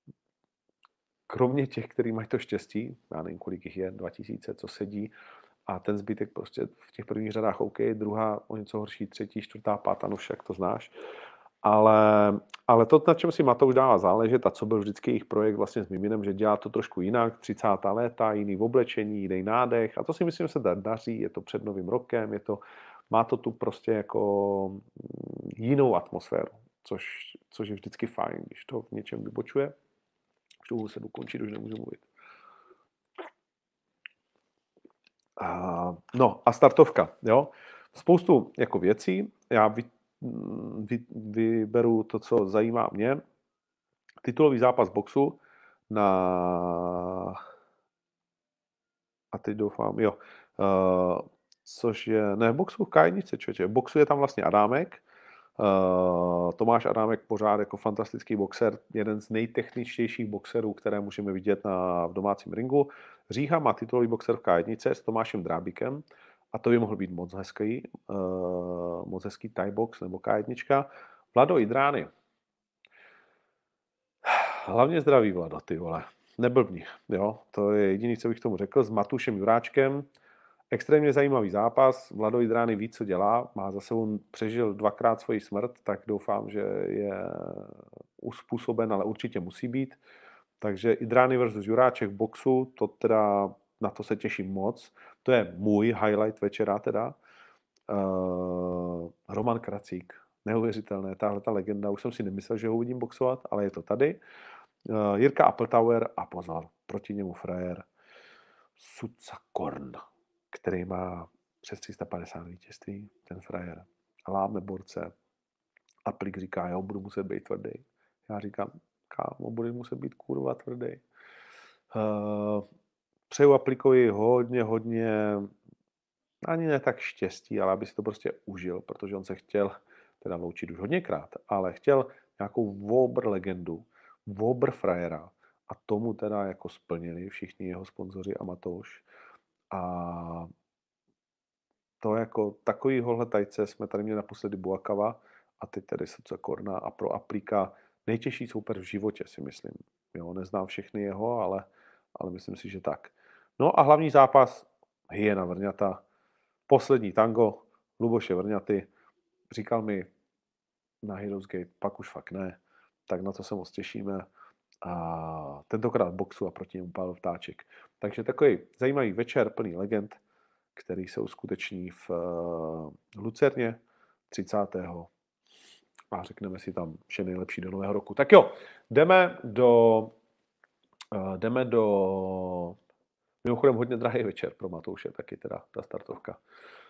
kromě těch, kteří mají to štěstí, já nevím, kolik jich je, 2000, co sedí, a ten zbytek prostě v těch prvních řadách OK, druhá o něco horší, třetí, čtvrtá, pátá, no však to znáš. Ale to, na čem si Matouš dává záležet a co byl vždycky jejich projekt vlastně s Miminem, že dělá to trošku jinak, 30. léta, jiný oblečení, jiný nádech a to si myslím, že se daří, je to před Novým rokem, má to tu prostě jako jinou atmosféru, což je vždycky fajn, když to v něčem vybočuje. Už to se dokončit, už nemůžu mluvit. No a startovka, jo. Spoustu jako věcí, já vyberu to, co zajímá mě. Titulový zápas boxu a teď doufám, jo, což je, ne v boxu, v K1, člověče, v boxu je tam vlastně Adámek, Tomáš Adámek pořád jako fantastický boxer, jeden z nejtechničtějších boxerů, které můžeme vidět v domácím ringu. Říha má titulový boxer v K1 s Tomášem Drábíkem a to by mohl být moc hezký Thai box nebo K1. Vlado Idrány. Hlavně zdraví, Vlado, ty vole. Neblbni, jo. To je jediný, co bych tomu řekl. S Matušem Juráčkem. Extrémně zajímavý zápas. Vlado Idrány ví, co dělá. Má za sebou, přežil 2krát svoji smrt, tak doufám, že je uspůsoben, ale určitě musí být. Takže Idrány versus Juráček v boxu, to teda na to se těším moc. To je můj highlight večera teda. Roman Kracík, neuvěřitelné, tahle ta legenda, už jsem si nemyslel, že ho uvidím boxovat, ale je to tady. Jirka Appletower a pozor, proti němu frajer Suca Korn, který má přes 350 vítězství, ten frajer. Láme borce. Aplik říká, jo, budu muset být tvrdý. Já říkám, kámo, budu muset být kurva tvrdý. Přeju Aplikovi hodně, ani ne tak štěstí, ale aby si to prostě užil, protože on se chtěl teda loučit už hodněkrát, ale chtěl nějakou Wobr legendu, Wobr frajera a tomu teda jako splnili všichni jeho sponzoři a Matouš. A to jako takovýhohle tajce jsme tady měli naposledy Buakava a teď tady Suca Korna a pro Aplíka nejtěžší soupeř v životě, si myslím. Jo, neznám všechny jeho, ale myslím si, že tak. No a hlavní zápas Hyena Vrňata, poslední tango Luboše Vrňaty. Říkal mi na Heroes Gate, pak už fakt ne, tak na to se moc těšíme. A tentokrát boxu a proti němu Pavel Vtáček. Takže takový zajímavý večer plný legend, který se uskuteční v Lucerně 30. A řekneme si tam vše nejlepší do nového roku. Tak jo, jdeme do mimochodem hodně drahý večer pro Matouše, taky teda ta startovka.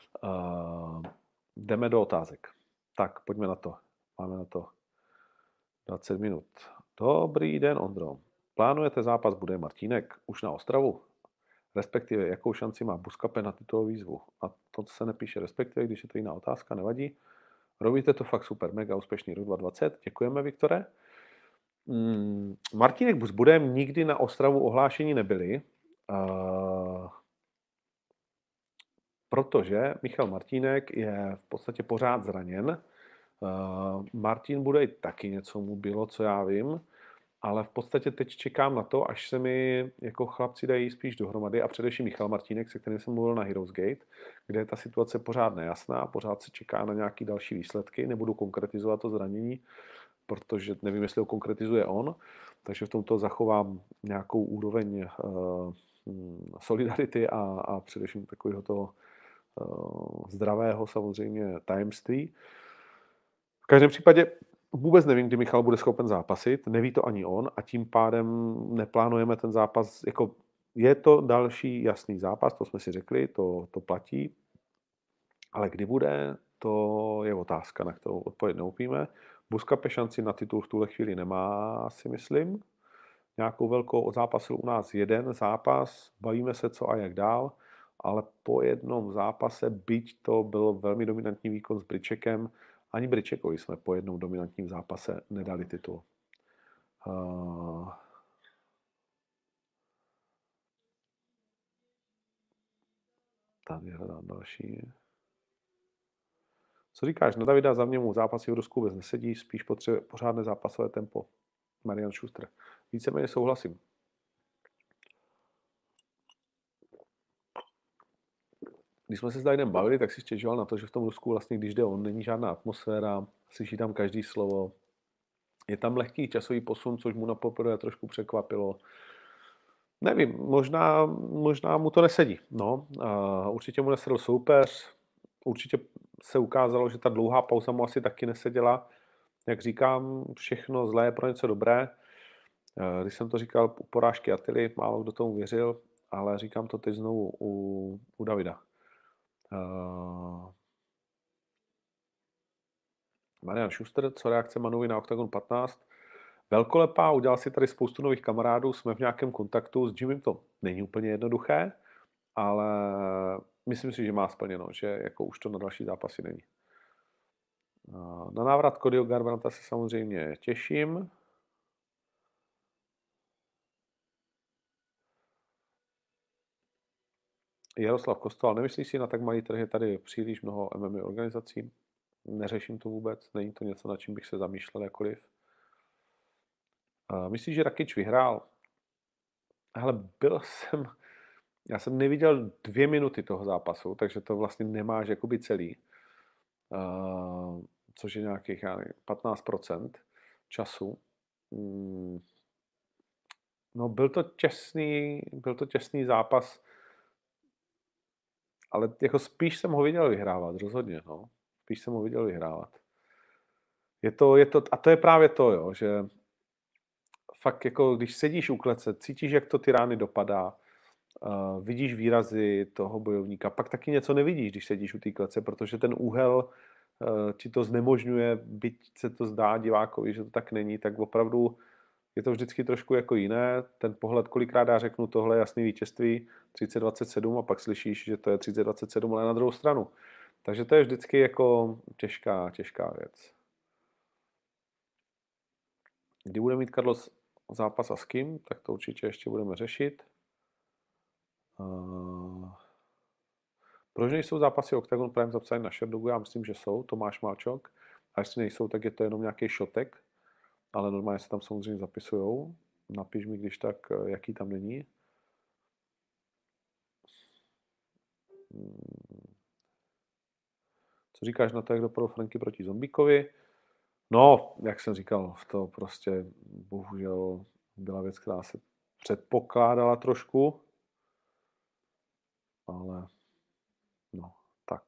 Jdeme do otázek. Tak, pojďme na to. Máme na to 20 minut. Dobrý den, Ondro. Plánujete zápas bude Martínek už na Ostravu? Respektive, jakou šanci má Buskape na titulovou výzvu? A to se nepíše respektive, když je to jiná otázka, nevadí. Robíte to fakt super, mega úspěšný rok 2020. Děkujeme, Viktore. Martínek s Budem nikdy na Ostravu ohlášení nebyli, protože Michal Martínek je v podstatě pořád zraněn. Martin Budej taky něco mu bylo, co já vím, ale v podstatě teď čekám na to, až se mi jako chlapci dají spíš dohromady a především Michal Martínek, se kterým jsem mluvil na Heroes Gate, kde je ta situace pořád nejasná, pořád se čeká na nějaké další výsledky, nebudu konkretizovat to zranění, protože nevím, jestli ho konkretizuje on, takže v tomto zachovám nějakou úroveň solidarity a především takového toho zdravého samozřejmě tajemství. V každém případě vůbec nevím, kdy Michal bude schopen zápasit, neví to ani on a tím pádem neplánujeme ten zápas, jako je to další jasný zápas, to jsme si řekli, to platí, ale kdy bude, to je otázka, na kterou odpověď neupíme. Buskape šanci na titul v tuhle chvíli nemá, si myslím. Nějakou velkou odzápasil u nás jeden zápas, bavíme se co a jak dál, ale po jednom zápase, byť to byl velmi dominantní výkon s Bričekem, ani Bričekovi jsme po jednom dominantním zápase nedali titul. Tady hledám další. Co říkáš? Na Davida za mě mu zápasy v Rusku vůbec nesedí, spíš potřebuje pořádné zápasové tempo. Marian Schuster. Víceméně souhlasím. Když jsme se s Davidem bavili, tak si stěžoval na to, že v tom Rusku vlastně, když jde on, není žádná atmosféra, slyší tam každý slovo. Je tam lehký časový posun, což mu na poprvé trošku překvapilo. Nevím, možná mu to nesedí. No, určitě mu nesedl soupeř, určitě se ukázalo, že ta dlouhá pauza mu asi taky neseděla. Jak říkám, všechno zlé je pro něco dobré. Když jsem to říkal u porážky Attily, málo kdo tomu věřil, ale říkám to teď znovu u Davida. Marian Schuster, co reakce Manovi na Octagon 15? Velkolepá, udělal si tady spoustu nových kamarádů, jsme v nějakém kontaktu, s Jimem to není úplně jednoduché, ale myslím si, že má splněno, že jako už to na další zápasy není. Na návrat Codyho Garbrandta se samozřejmě těším. Jaroslav Kostel, nemyslíš si, na tak malý trh je tady příliš mnoho MMA organizací? Neřeším to vůbec, není to něco, na čím bych se zamýšlel jakkoliv. Myslíš, že Rakic vyhrál? Hele, já jsem neviděl 2 minuty toho zápasu, takže to vlastně nemáš jakoby celý. Což je nějakých 15% času. No, byl to těsný zápas. ale jako spíš jsem ho viděl vyhrávat, rozhodně, no. Spíš jsem ho viděl vyhrávat. A to je právě to, jo, že fakt jako, když sedíš u klece, cítíš, jak to ty rány dopadá, vidíš výrazy toho bojovníka, pak taky něco nevidíš, když sedíš u té klece, protože ten úhel ti to znemožňuje, byť se to zdá divákovi, že to tak není, tak opravdu je to vždycky trošku jako jiné. Ten pohled, kolikrát já řeknu, tohle je jasný vítězství 30-27 a pak slyšíš, že to je 30-27, ale na druhou stranu. Takže to je vždycky jako těžká věc. Kdy bude mít Carlos zápas a s kým, tak to určitě ještě budeme řešit. Proč nejsou zápasy Octagon Prime zapsány na Sherdogu? Já myslím, že jsou, Tomáš Máčok. A jestli nejsou, tak je to jenom nějaký šotek. Ale normálně se tam samozřejmě zapisujou. Napiš mi, když tak, jaký tam není. Co říkáš na to, jak dopadl Franky proti Zombíkovi? No, jak jsem říkal, to prostě bohužel byla věc, která se předpokládala trošku. Ale no, tak.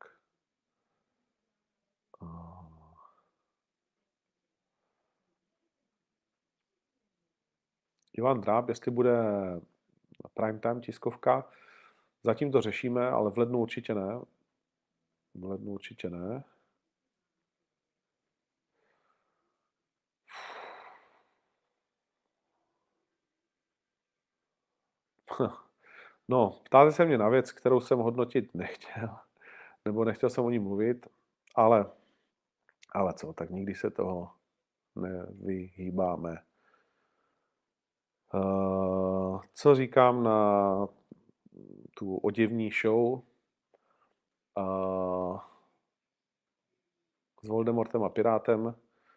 Ivan Dráb, jestli bude primetime tiskovka, zatím to řešíme, ale v lednu určitě ne. V lednu určitě ne. No, ptáte se mě na věc, kterou jsem hodnotit nechtěl, nebo nechtěl jsem o ní mluvit, ale co, tak nikdy se toho nevyhýbáme. Co říkám na tu oděvní show s Voldemortem a Pirátem?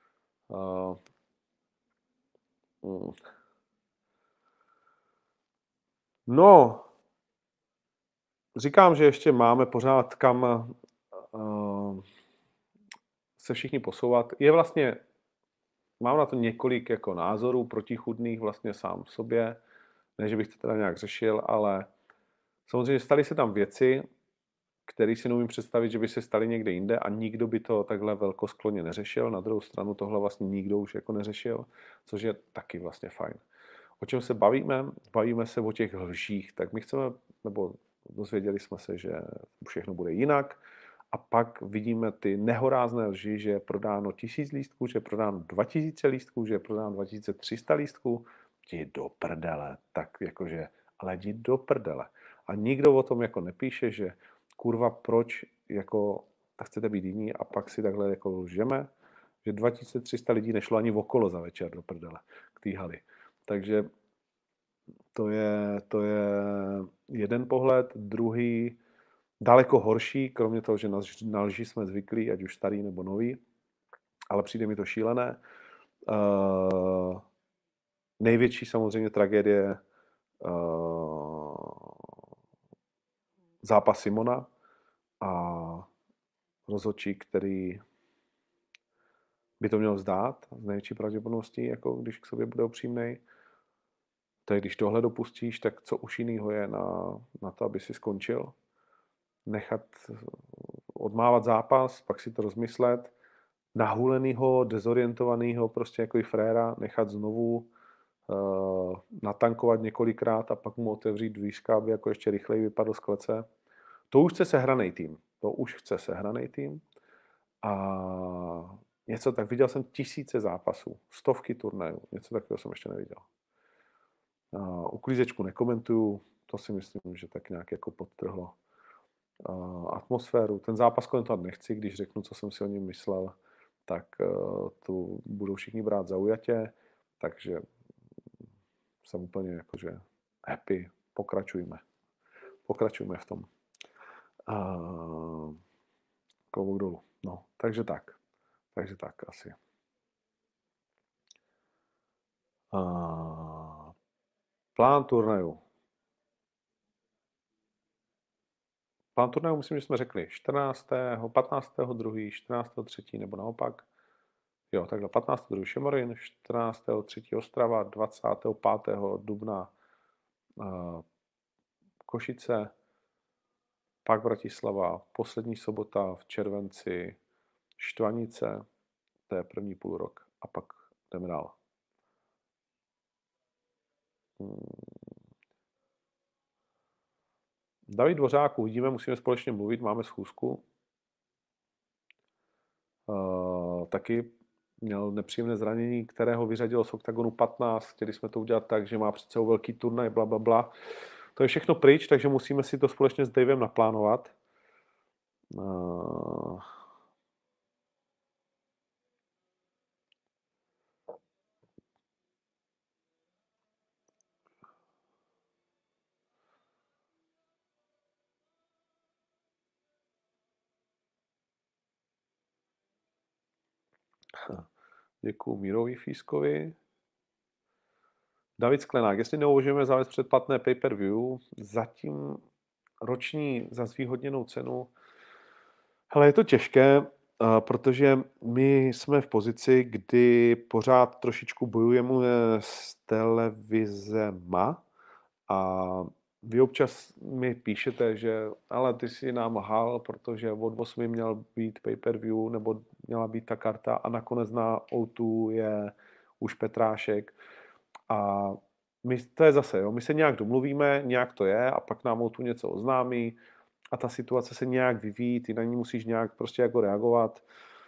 No, říkám, že ještě máme pořád kam se všichni posouvat. Mám na to několik jako názorů protichůdných vlastně sám sobě. Ne, že bych to teda nějak řešil, ale samozřejmě staly se tam věci, které si neumím představit, že by se staly někde jinde a nikdo by to takhle velkoskloně neřešil. Na druhou stranu tohle vlastně nikdo už jako neřešil, což je taky vlastně fajn. O čem se bavíme? Bavíme se o těch lžích. Tak my chceme, nebo dozvěděli jsme se, že všechno bude jinak, a pak vidíme ty nehorázné lži, že je prodáno 1000 lístků, že je prodáno 2000 lístků, že je prodáno 2300 lístků. Jdi do prdele. Tak jakože, ale jdi do prdele. A nikdo o tom jako nepíše, že kurva, proč jako tak chcete být jiní a pak si takhle jako lžeme, že 2300 lidí nešlo ani okolo za večer do prdele k té haly. Takže to je jeden pohled. Druhý, daleko horší, kromě toho, že na lži jsme zvyklí, ať už starý nebo nový, ale přijde mi to šílené. Největší samozřejmě tragédie zápas Simona a rozhodčí, který by to měl vzdát z největší pravděpodobností, jako když k sobě bude upřímnej. Tak když tohle dopustíš, tak co už jinýho je na to, aby si skončil. Nechat odmávat zápas, pak si to rozmyslet, nahulenýho, dezorientovanýho, prostě jako i fréra, nechat znovu natankovat několikrát a pak mu otevřít dvířka, aby jako ještě rychleji vypadl z klece. To už chce sehranej tým. A něco tak, viděl jsem tisíce zápasů, stovky turnajů, něco takového jsem ještě neviděl. Uklízečku nekomentuju, to si myslím, že tak nějak jako podtrhlo atmosféru. Ten zápas komentovat nechci, když řeknu, co jsem si o něm myslel, tak tu budou všichni brát zaujatě, takže jsem úplně jakože happy, pokračujme v tom. Klobouk dolů. No, takže tak asi. Plán turnaju. Plán turnaju myslím, že jsme řekli 14. 15. 2. 14. 3. nebo naopak. Jo, takhle 15. 2. Šemorin, 14. 3. Ostrava, 25. dubna Košice, pak Bratislava, poslední sobota v červenci Štvanice, to je první půl rok a pak jdeme dál. David Dvořák, uvidíme, musíme společně mluvit, máme schůzku. Taky měl nepříjemné zranění, kterého vyřadilo z OKTAGONu 15. Chtěli jsme to udělat tak, že má před sebou velký turnaj, bla. To je všechno pryč, takže musíme si to společně s Davem naplánovat. Děkuju Mírovi Fískovi. David Sklenák, jestli neuvažujeme zavést předplatné pay-per-view, zatím roční za zvýhodněnou cenu. Hele, je to těžké, protože my jsme v pozici, kdy pořád trošičku bojujeme s televizema a vy občas mi píšete, že ale ty si nám lhal, protože od 8 měl být pay-per-view nebo měla být ta karta a nakonec na O2 je už Petrášek. A to je zase, jo, my se nějak domluvíme, nějak to je a pak nám O2 něco oznámí a ta situace se nějak vyvíjí, ty na ní musíš nějak prostě jako reagovat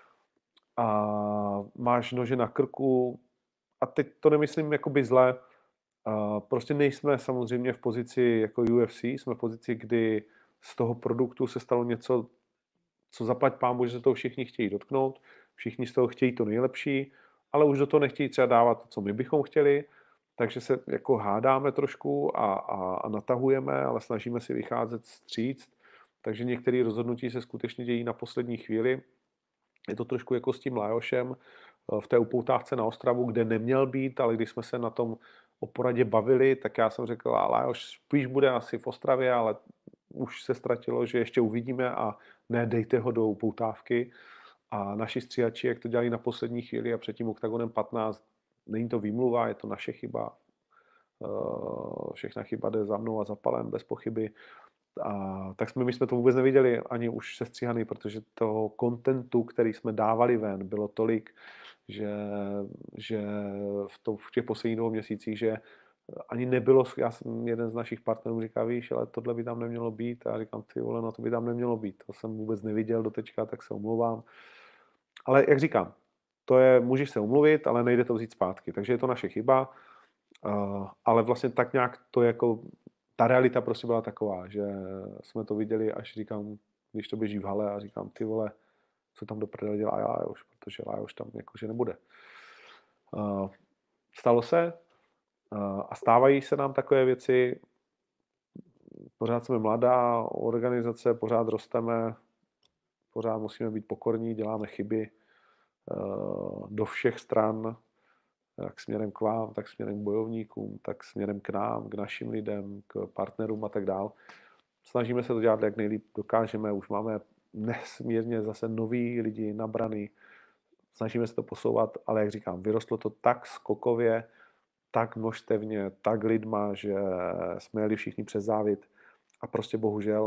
a máš nože na krku a teď to nemyslím jakoby zle, prostě nejsme samozřejmě v pozici jako UFC, jsme v pozici, kdy z toho produktu se stalo něco, co zaplať pánbůh, že se toho všichni chtějí dotknout, všichni z toho chtějí to nejlepší, ale už do toho nechtějí třeba dávat to, co my bychom chtěli, takže se jako hádáme trošku a natahujeme, ale snažíme si vycházet vstříc, takže některé rozhodnutí se skutečně dějí na poslední chvíli. Je to trošku jako s tím Lajošem v té upoutávce na Ostravu, kde neměl být, ale když jsme se na tom o poradě bavili, tak já jsem řekl, Lajoš spíš bude asi v Ostravě, ale už se ztratilo, že ještě uvidíme a ne, dejte ho do upoutávky. A naši stříhači, jak to dělali na poslední chvíli a před tím OKTAGONem 15, není to výmluva, je to naše chyba. Všechna chyba jde za mnou a za Palem, bez pochyby. Tak my jsme to vůbec neviděli ani už sestříhaný, protože toho kontentu, který jsme dávali ven, bylo tolik, že v těch posledních 2 měsících, že ani nebylo, jeden z našich partnerů říká, víš, ale tohle by tam nemělo být. A já říkám, ty vole, no to by tam nemělo být. To jsem vůbec neviděl do teďka, tak se omlouvám. Ale jak říkám, to je, můžeš se omluvit, ale nejde to vzít zpátky. Takže je to naše chyba. Ale vlastně tak nějak to jako, ta realita prostě byla taková, že jsme to viděli, až říkám, když to běží v hale a říkám, ty vole, co tam do prdele dělá Lajoš, protože Lajoš tam jakože nebude. Stalo se a stávají se nám takové věci, pořád jsme mladá organizace, pořád rosteme, pořád musíme být pokorní, děláme chyby do všech stran, jak směrem k vám, tak směrem k bojovníkům, tak směrem k nám, k našim lidem, k partnerům a tak dál. Snažíme se to dělat, jak nejlíp dokážeme, už máme nesmírně zase nový lidi nabraný, snažíme se to posouvat, ale jak říkám, vyrostlo to tak skokově, tak množstevně, tak lidma, že jsme jeli všichni přes závit a prostě bohužel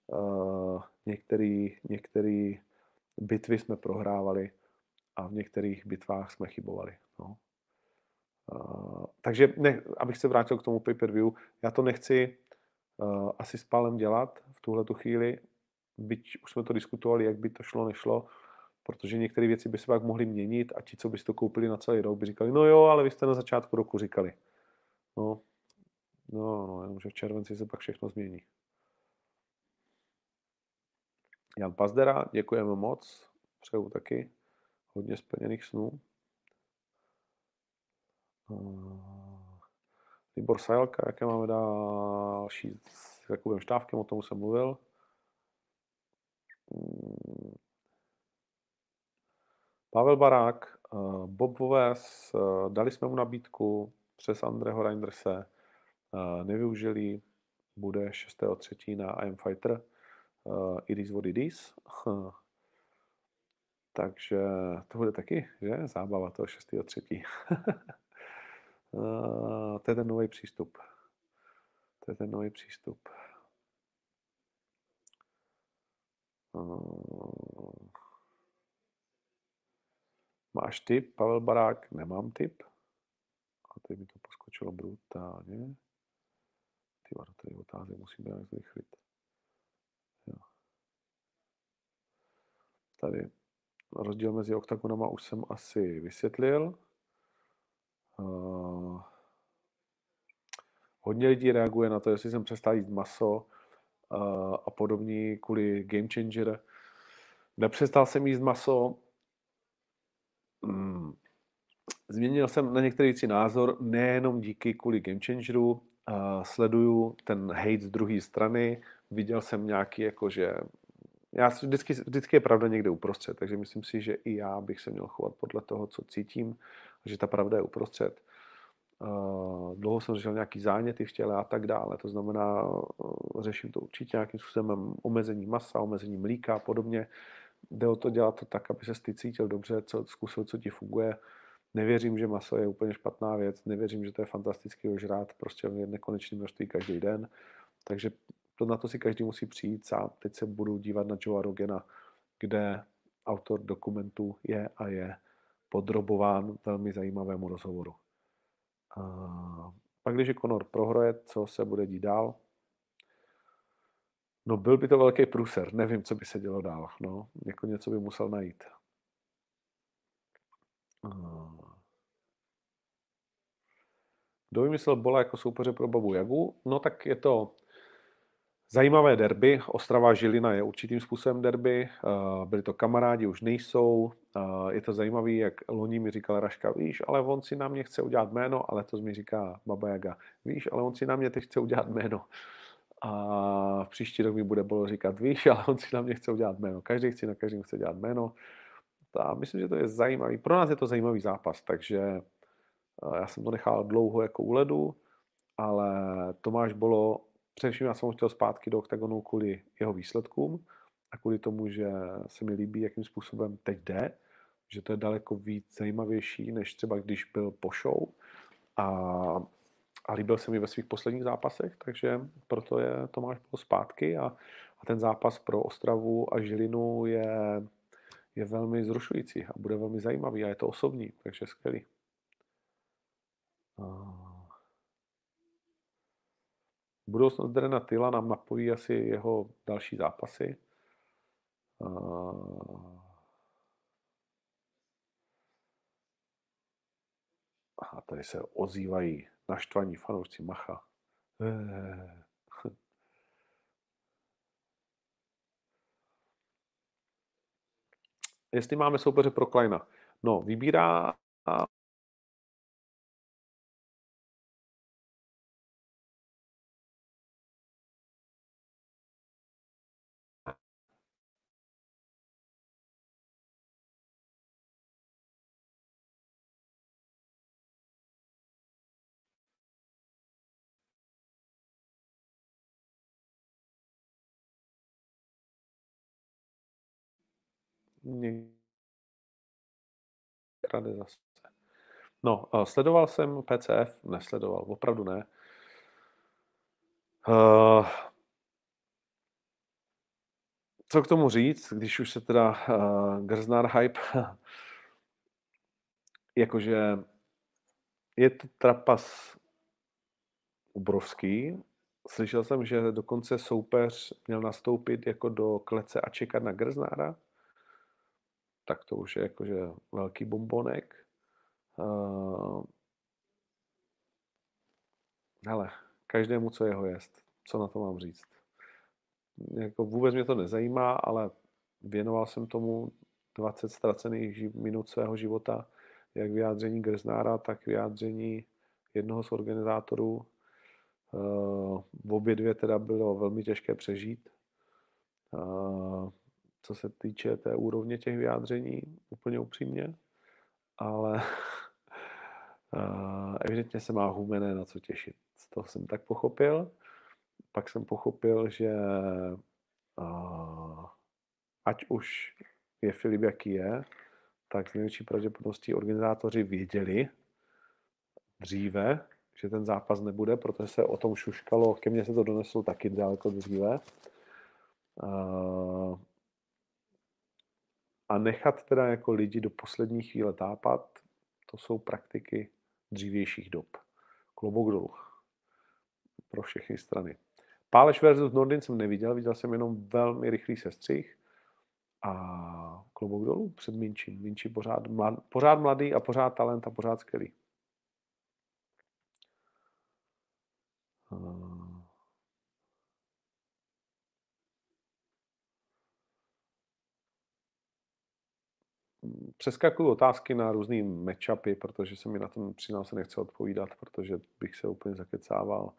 některé bitvy jsme prohrávali a v některých bitvách jsme chybovali. No. Takže abych se vrátil k tomu pay-per-view, já to nechci asi s Pálem dělat v tuhletu chvíli, byť už jsme to diskutovali, jak by to šlo, nešlo, protože některé věci by se pak mohly měnit a ti, co by si to koupili na celý rok, by říkali, no jo, ale vy jste na začátku roku říkali. No, jenomže v červenci se pak všechno změní. Jan Pazdera, děkujeme moc, přeju taky hodně splněných snů. Libor Sajelka, jaké máme další s Jakubem Štávkem, o tom jsem mluvil. Pavel Barák, Bob Voves, dali jsme mu nabídku přes Andreho Reinderse, nevyužili, bude 6.3. na I Am Fighter, it is what it is. Takže to bude taky, že? Zábava toho 6.3. To je ten nový přístup. Máš tip, Pavel Barák? Nemám tip. A teď mi to poskočilo brutálně. Ty vado, tady otázky musím nějak zrychlit. Jo. Tady rozdíl mezi oktagonama už jsem asi vysvětlil. Hodně lidí reaguje na to, jestli jsem přestal jíst maso a podobně kvůli Game Changer. Nepřestal jsem jíst maso. Změnil jsem na některé věci názor, nejenom díky kvůli Game Changeru. Sleduju ten hate z druhé strany. Viděl jsem nějaký, jakože já vždycky je pravda někde uprostřed, takže myslím si, že i já bych se měl chovat podle toho, co cítím, že ta pravda je uprostřed. Dlouho jsem řešil nějaký záněty v těle a tak dále, to znamená, řeším to určitě nějakým způsobem omezení masa, omezení mlíka a podobně. Jde o to dělat to tak, aby se ty cítil dobře, zkusil, co ti funguje. Nevěřím, že maso je úplně špatná věc, nevěřím, že to je fantastický ho žrát prostě v nekonečné množství každý den, takže na to si každý musí přijít sám. Teď se budu dívat na Joea Rogana, kde autor dokumentu je podrobován velmi zajímavému rozhovoru. Pak, když Conor prohraje, co se bude dít dál? No, byl by to velký průser. Nevím, co by se dělo dál. No, jako něco by musel najít. Kdo vymyslel Bola jako soupeře pro Babu Jagu? No, tak je to zajímavé derby. Ostrava Žilina je určitým způsobem derby. Byli to kamarádi, už nejsou. Je to zajímavý, jak loni mi říkal Raška, víš, ale on si na mě chce udělat jméno, ale to mi říká Baba Jaga, víš, ale on si na mě teď chce udělat jméno. A v příští rok mi bude Bolo říkat, víš, ale on si na mě chce udělat jméno. Každý na každém chce dělat jméno. A myslím, že to je zajímavý. Pro nás je to zajímavý zápas, takže já jsem to nechal dlouho jako u ledu, ale Tomáš Bolo, především já jsem ho chtěl zpátky do oktagonu kvůli jeho výsledkům a kvůli tomu, že se mi líbí, jakým způsobem teď jde, že to je daleko víc zajímavější, než třeba když byl po show a líbil se mi ve svých posledních zápasech, takže proto je Tomáš Bolo zpátky a ten zápas pro Ostravu a Žilinu je velmi zrušující a bude velmi zajímavý a je to osobní, takže skvělý. Budoucnost Darrena Tilla nám napoví asi jeho další zápasy. A tady se ozývají naštvaní fanoušci Macha. Jestli máme soupeře pro Kleina. No, vybírá krade zase. No, sledoval jsem PCF, nesledoval, opravdu ne. Co k tomu říct, když už se teda Grznár hype, jakože je to trapas obrovský. Slyšel jsem, že dokonce soupeř měl nastoupit jako do klece a čekat na Grznára. Tak to už je jakože velký bombonek. Hele, každému, co jeho jest. Co na to mám říct? Jako vůbec mě to nezajímá, ale věnoval jsem tomu 20 ztracených minut svého života, jak vyjádření Grznára, tak vyjádření jednoho z organizátorů. V obě dvě teda bylo velmi těžké přežít. Co se týče té úrovně těch vyjádření, úplně upřímně, ale evidentně se má Humené na co těšit. Z toho jsem tak pochopil. Pak jsem pochopil, že ať už je Filip, jaký je, tak s největší pravděpodobností organizátoři věděli dříve, že ten zápas nebude, protože se o tom šuškalo, ke mně se to doneslo taky daleko dříve. a nechat teda jako lidi do poslední chvíle tápat, to jsou praktiky dřívějších dob. Klobouk dolů. Pro všechny strany. Páleš versus Nordin jsem neviděl, viděl jsem jenom velmi rychlý sestřih a klobouk dolů před Minčím. Minči pořád mladý a pořád talent a pořád skvělý. Přeskakuju otázky na různý matchupy, protože se mi na tom přiznám se nechce odpovídat, protože bych se úplně zakecával.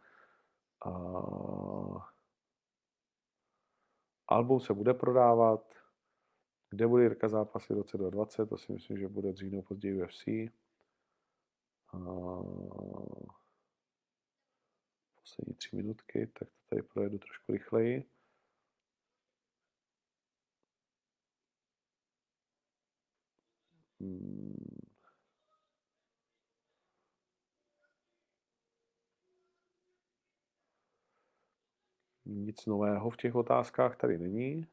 Album se bude prodávat. Kde bude Jirka zápasy v roce 2020? To si myslím, že bude dřív nebo později UFC. Poslední 3 minutky, tak to tady projedu trošku rychleji. Nic nového v těch otázkách tady není.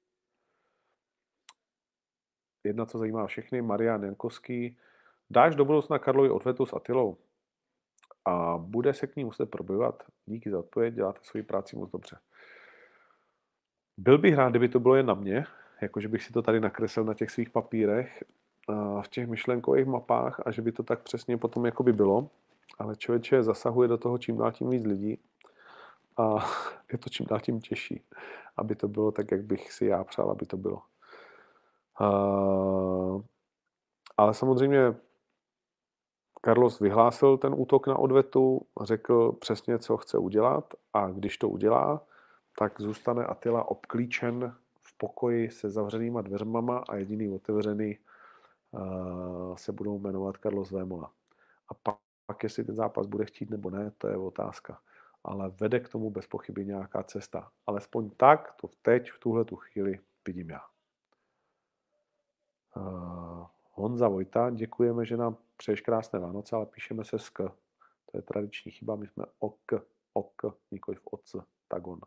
Jedna, co zajímá všechny, Marian Jankovský. Dáš do budoucna Karlovi odvetu s Attilou? A bude se k ní muset probojovat? Díky za odpověď, děláte svoji práci moc dobře. Byl bych rád, kdyby to bylo jen na mě, jakože bych si to tady nakreslil na těch svých papírech, v těch myšlenkových mapách a že by to tak přesně potom jako by bylo. Ale člověče zasahuje do toho čím dál tím víc lidí a je to čím dál tím těžší, aby to bylo tak, jak bych si já přál, aby to bylo. Ale samozřejmě Carlos vyhlásil ten útok na odvetu, řekl přesně, co chce udělat a když to udělá, tak zůstane Attila obklíčen v pokoji se zavřenýma dveřmama a jediný otevřený se budou jmenovat Carlos Vémola. A pak, jestli ten zápas bude chtít nebo ne, to je otázka. Ale vede k tomu bez pochyby nějaká cesta. Alespoň tak to teď, v tuhle tu chvíli vidím já. Honza Vojta, děkujeme, že nám přeješ krásné Vánoce, ale píšeme se s K. To je tradiční chyba, my jsme ok, nikoliv oc, tagon.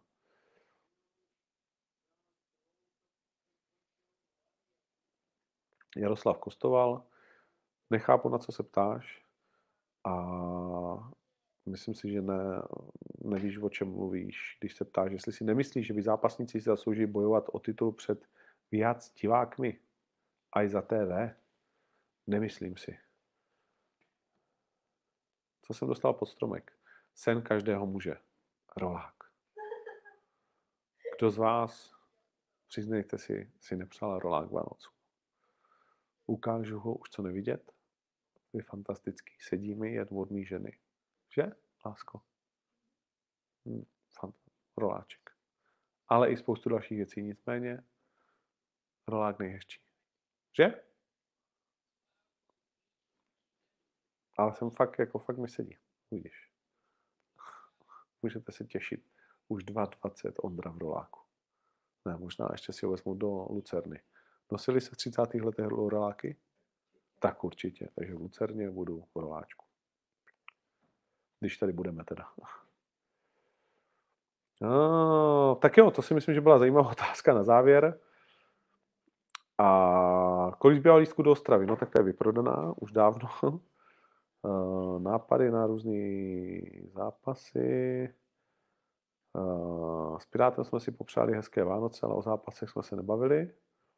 Jaroslav Kostoval, nechápu, na co se ptáš a myslím si, že nevíš, o čem mluvíš, když se ptáš, jestli si nemyslíš, že by zápasníci si zaslouží bojovat o titul před víc divákmi, aj za TV. Nemyslím si. Co jsem dostal pod stromek? Sen každého muže. Rolák. Kdo z vás, přiznejte si nepřál rolák Vánocu? Ukážu ho, už co nevidět? Je fantastický. Sedí mi jen od mý ženy. Že, lásko? Roláček. Ale i spoustu dalších věcí. Nicméně rolák nejhezčí. Že? Ale jsem fakt mi sedí. Uvidíš. Můžete se těšit. Už 2,20 Ondra v roláku. Ne, možná ještě si ho vezmu do Lucerny. Nosili se v 30. letech roláky? Tak určitě. Takže v Lucerně budu v roláčku. Když tady budeme teda. Tak jo, to si myslím, že byla zajímavá otázka na závěr. A kolik zbývá lístků do Ostravy? No tak to je vyprodaná už dávno. Nápady na různé zápasy. S Pirátem jsme si popřáli hezké Vánoce, ale o zápasech jsme se nebavili.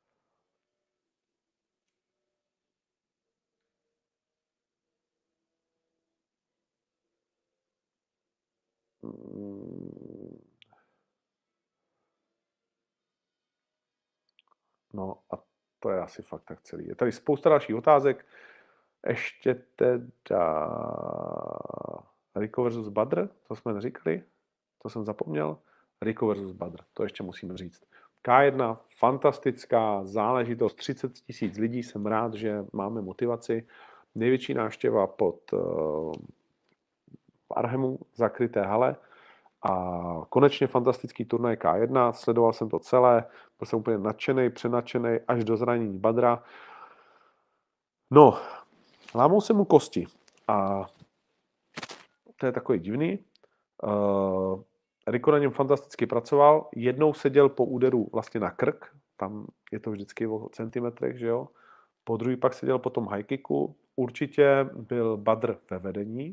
No a to je asi fakt tak celý. Je tady spousta dalších otázek. Ještě teda Rico versus Badr, to jsme neříkali, to jsem zapomněl. Rico versus Badr, to ještě musíme říct. K1, fantastická záležitost, 30 000 lidí, jsem rád, že máme motivaci. Největší návštěva pod v Arhemu, zakryté hale. A konečně fantastický turnaj K1, sledoval jsem to celé, byl jsem úplně nadšenej, přenadšenej až do zranění Badra. No, lámou se mu kosti a to je takový divný. Rico na něm fantasticky pracoval, jednou seděl po úderu vlastně na krk, tam je to vždycky o centimetrech, že jo. Po druhý pak seděl po tom high kicku, určitě byl Badr ve vedení.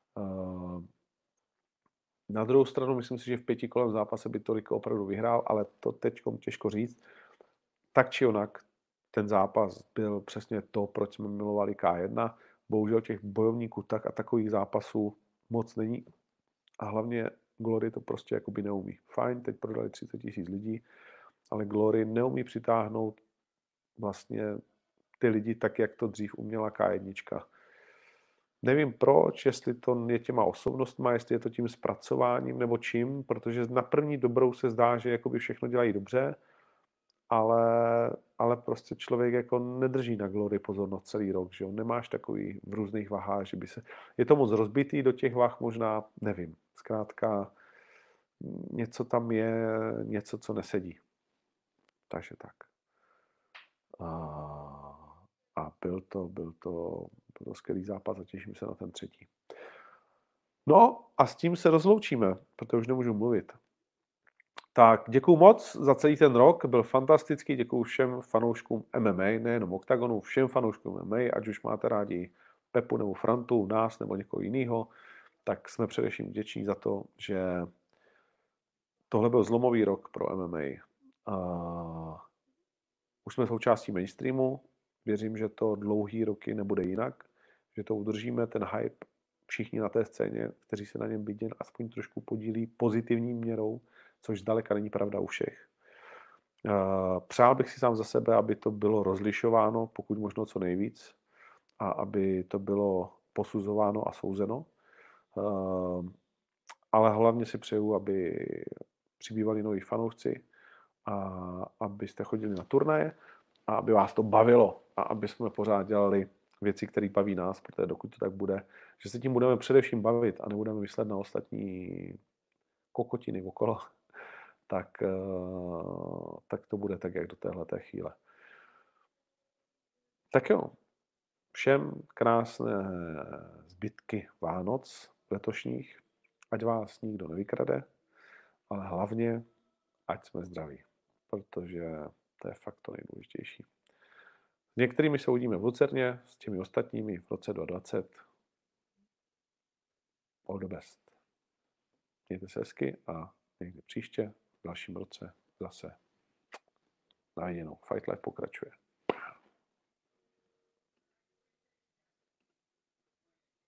Na druhou stranu myslím si, že v 5kolem zápase by to Rico opravdu vyhrál, ale to teďkom těžko říct. Tak či onak, ten zápas byl přesně to, proč jsme milovali K1. Bohužel těch bojovníků tak a takových zápasů moc není. A hlavně Glory to prostě jakoby neumí. Fajn, teď prodali 30 000 lidí, ale Glory neumí přitáhnout vlastně ty lidi tak, jak to dřív uměla K1. Nevím proč, jestli to je těma osobnostma, jestli je to tím zpracováním nebo čím, protože na první dobrou se zdá, že jakoby všechno dělají dobře, ale prostě člověk jako nedrží na Glory pozornost celý rok, že jo? Nemáš takový v různých vahách, že by se... Je to moc rozbitý do těch vah možná, nevím. Zkrátka něco tam je, něco, co nesedí. Takže tak. A byl to skvělý zápas a těším se na ten třetí. No a s tím se rozloučíme, protože už nemůžu mluvit. Tak děkuju moc za celý ten rok, byl fantastický, děkuju všem fanouškům MMA, nejenom Octagonu, všem fanouškům MMA, ať už máte rádi Pepu nebo Frantu, nás nebo někoho jiného, tak jsme především vděční za to, že tohle byl zlomový rok pro MMA. Už jsme součástí mainstreamu, věřím, že to dlouhý roky nebude jinak, že to udržíme, ten hype, všichni na té scéně, kteří se na něm viděn aspoň trošku podílí pozitivní měrou, což zdaleka není pravda u všech. Přál bych si sám za sebe, aby to bylo rozlišováno, pokud možno co nejvíc, a aby to bylo posuzováno a souzeno. Ale hlavně si přeju, aby přibývali noví fanoušci a abyste chodili na turnaje a aby vás to bavilo a aby jsme pořád dělali věci, které baví nás, protože dokud to tak bude, že se tím budeme především bavit a nebudeme myslet na ostatní kokotiny okolo, tak to bude tak, jak do téhleté chvíle. Tak jo, všem krásné zbytky Vánoc letošních, ať vás nikdo nevykrade, ale hlavně, ať jsme zdraví, protože to je fakt to nejdůležitější. S některými se uvidíme v Lucerně, s těmi ostatními v roce 2020. All the best. Mějte se hezky a někdy příště, v dalším roce zase na viděnou. Fight Life pokračuje.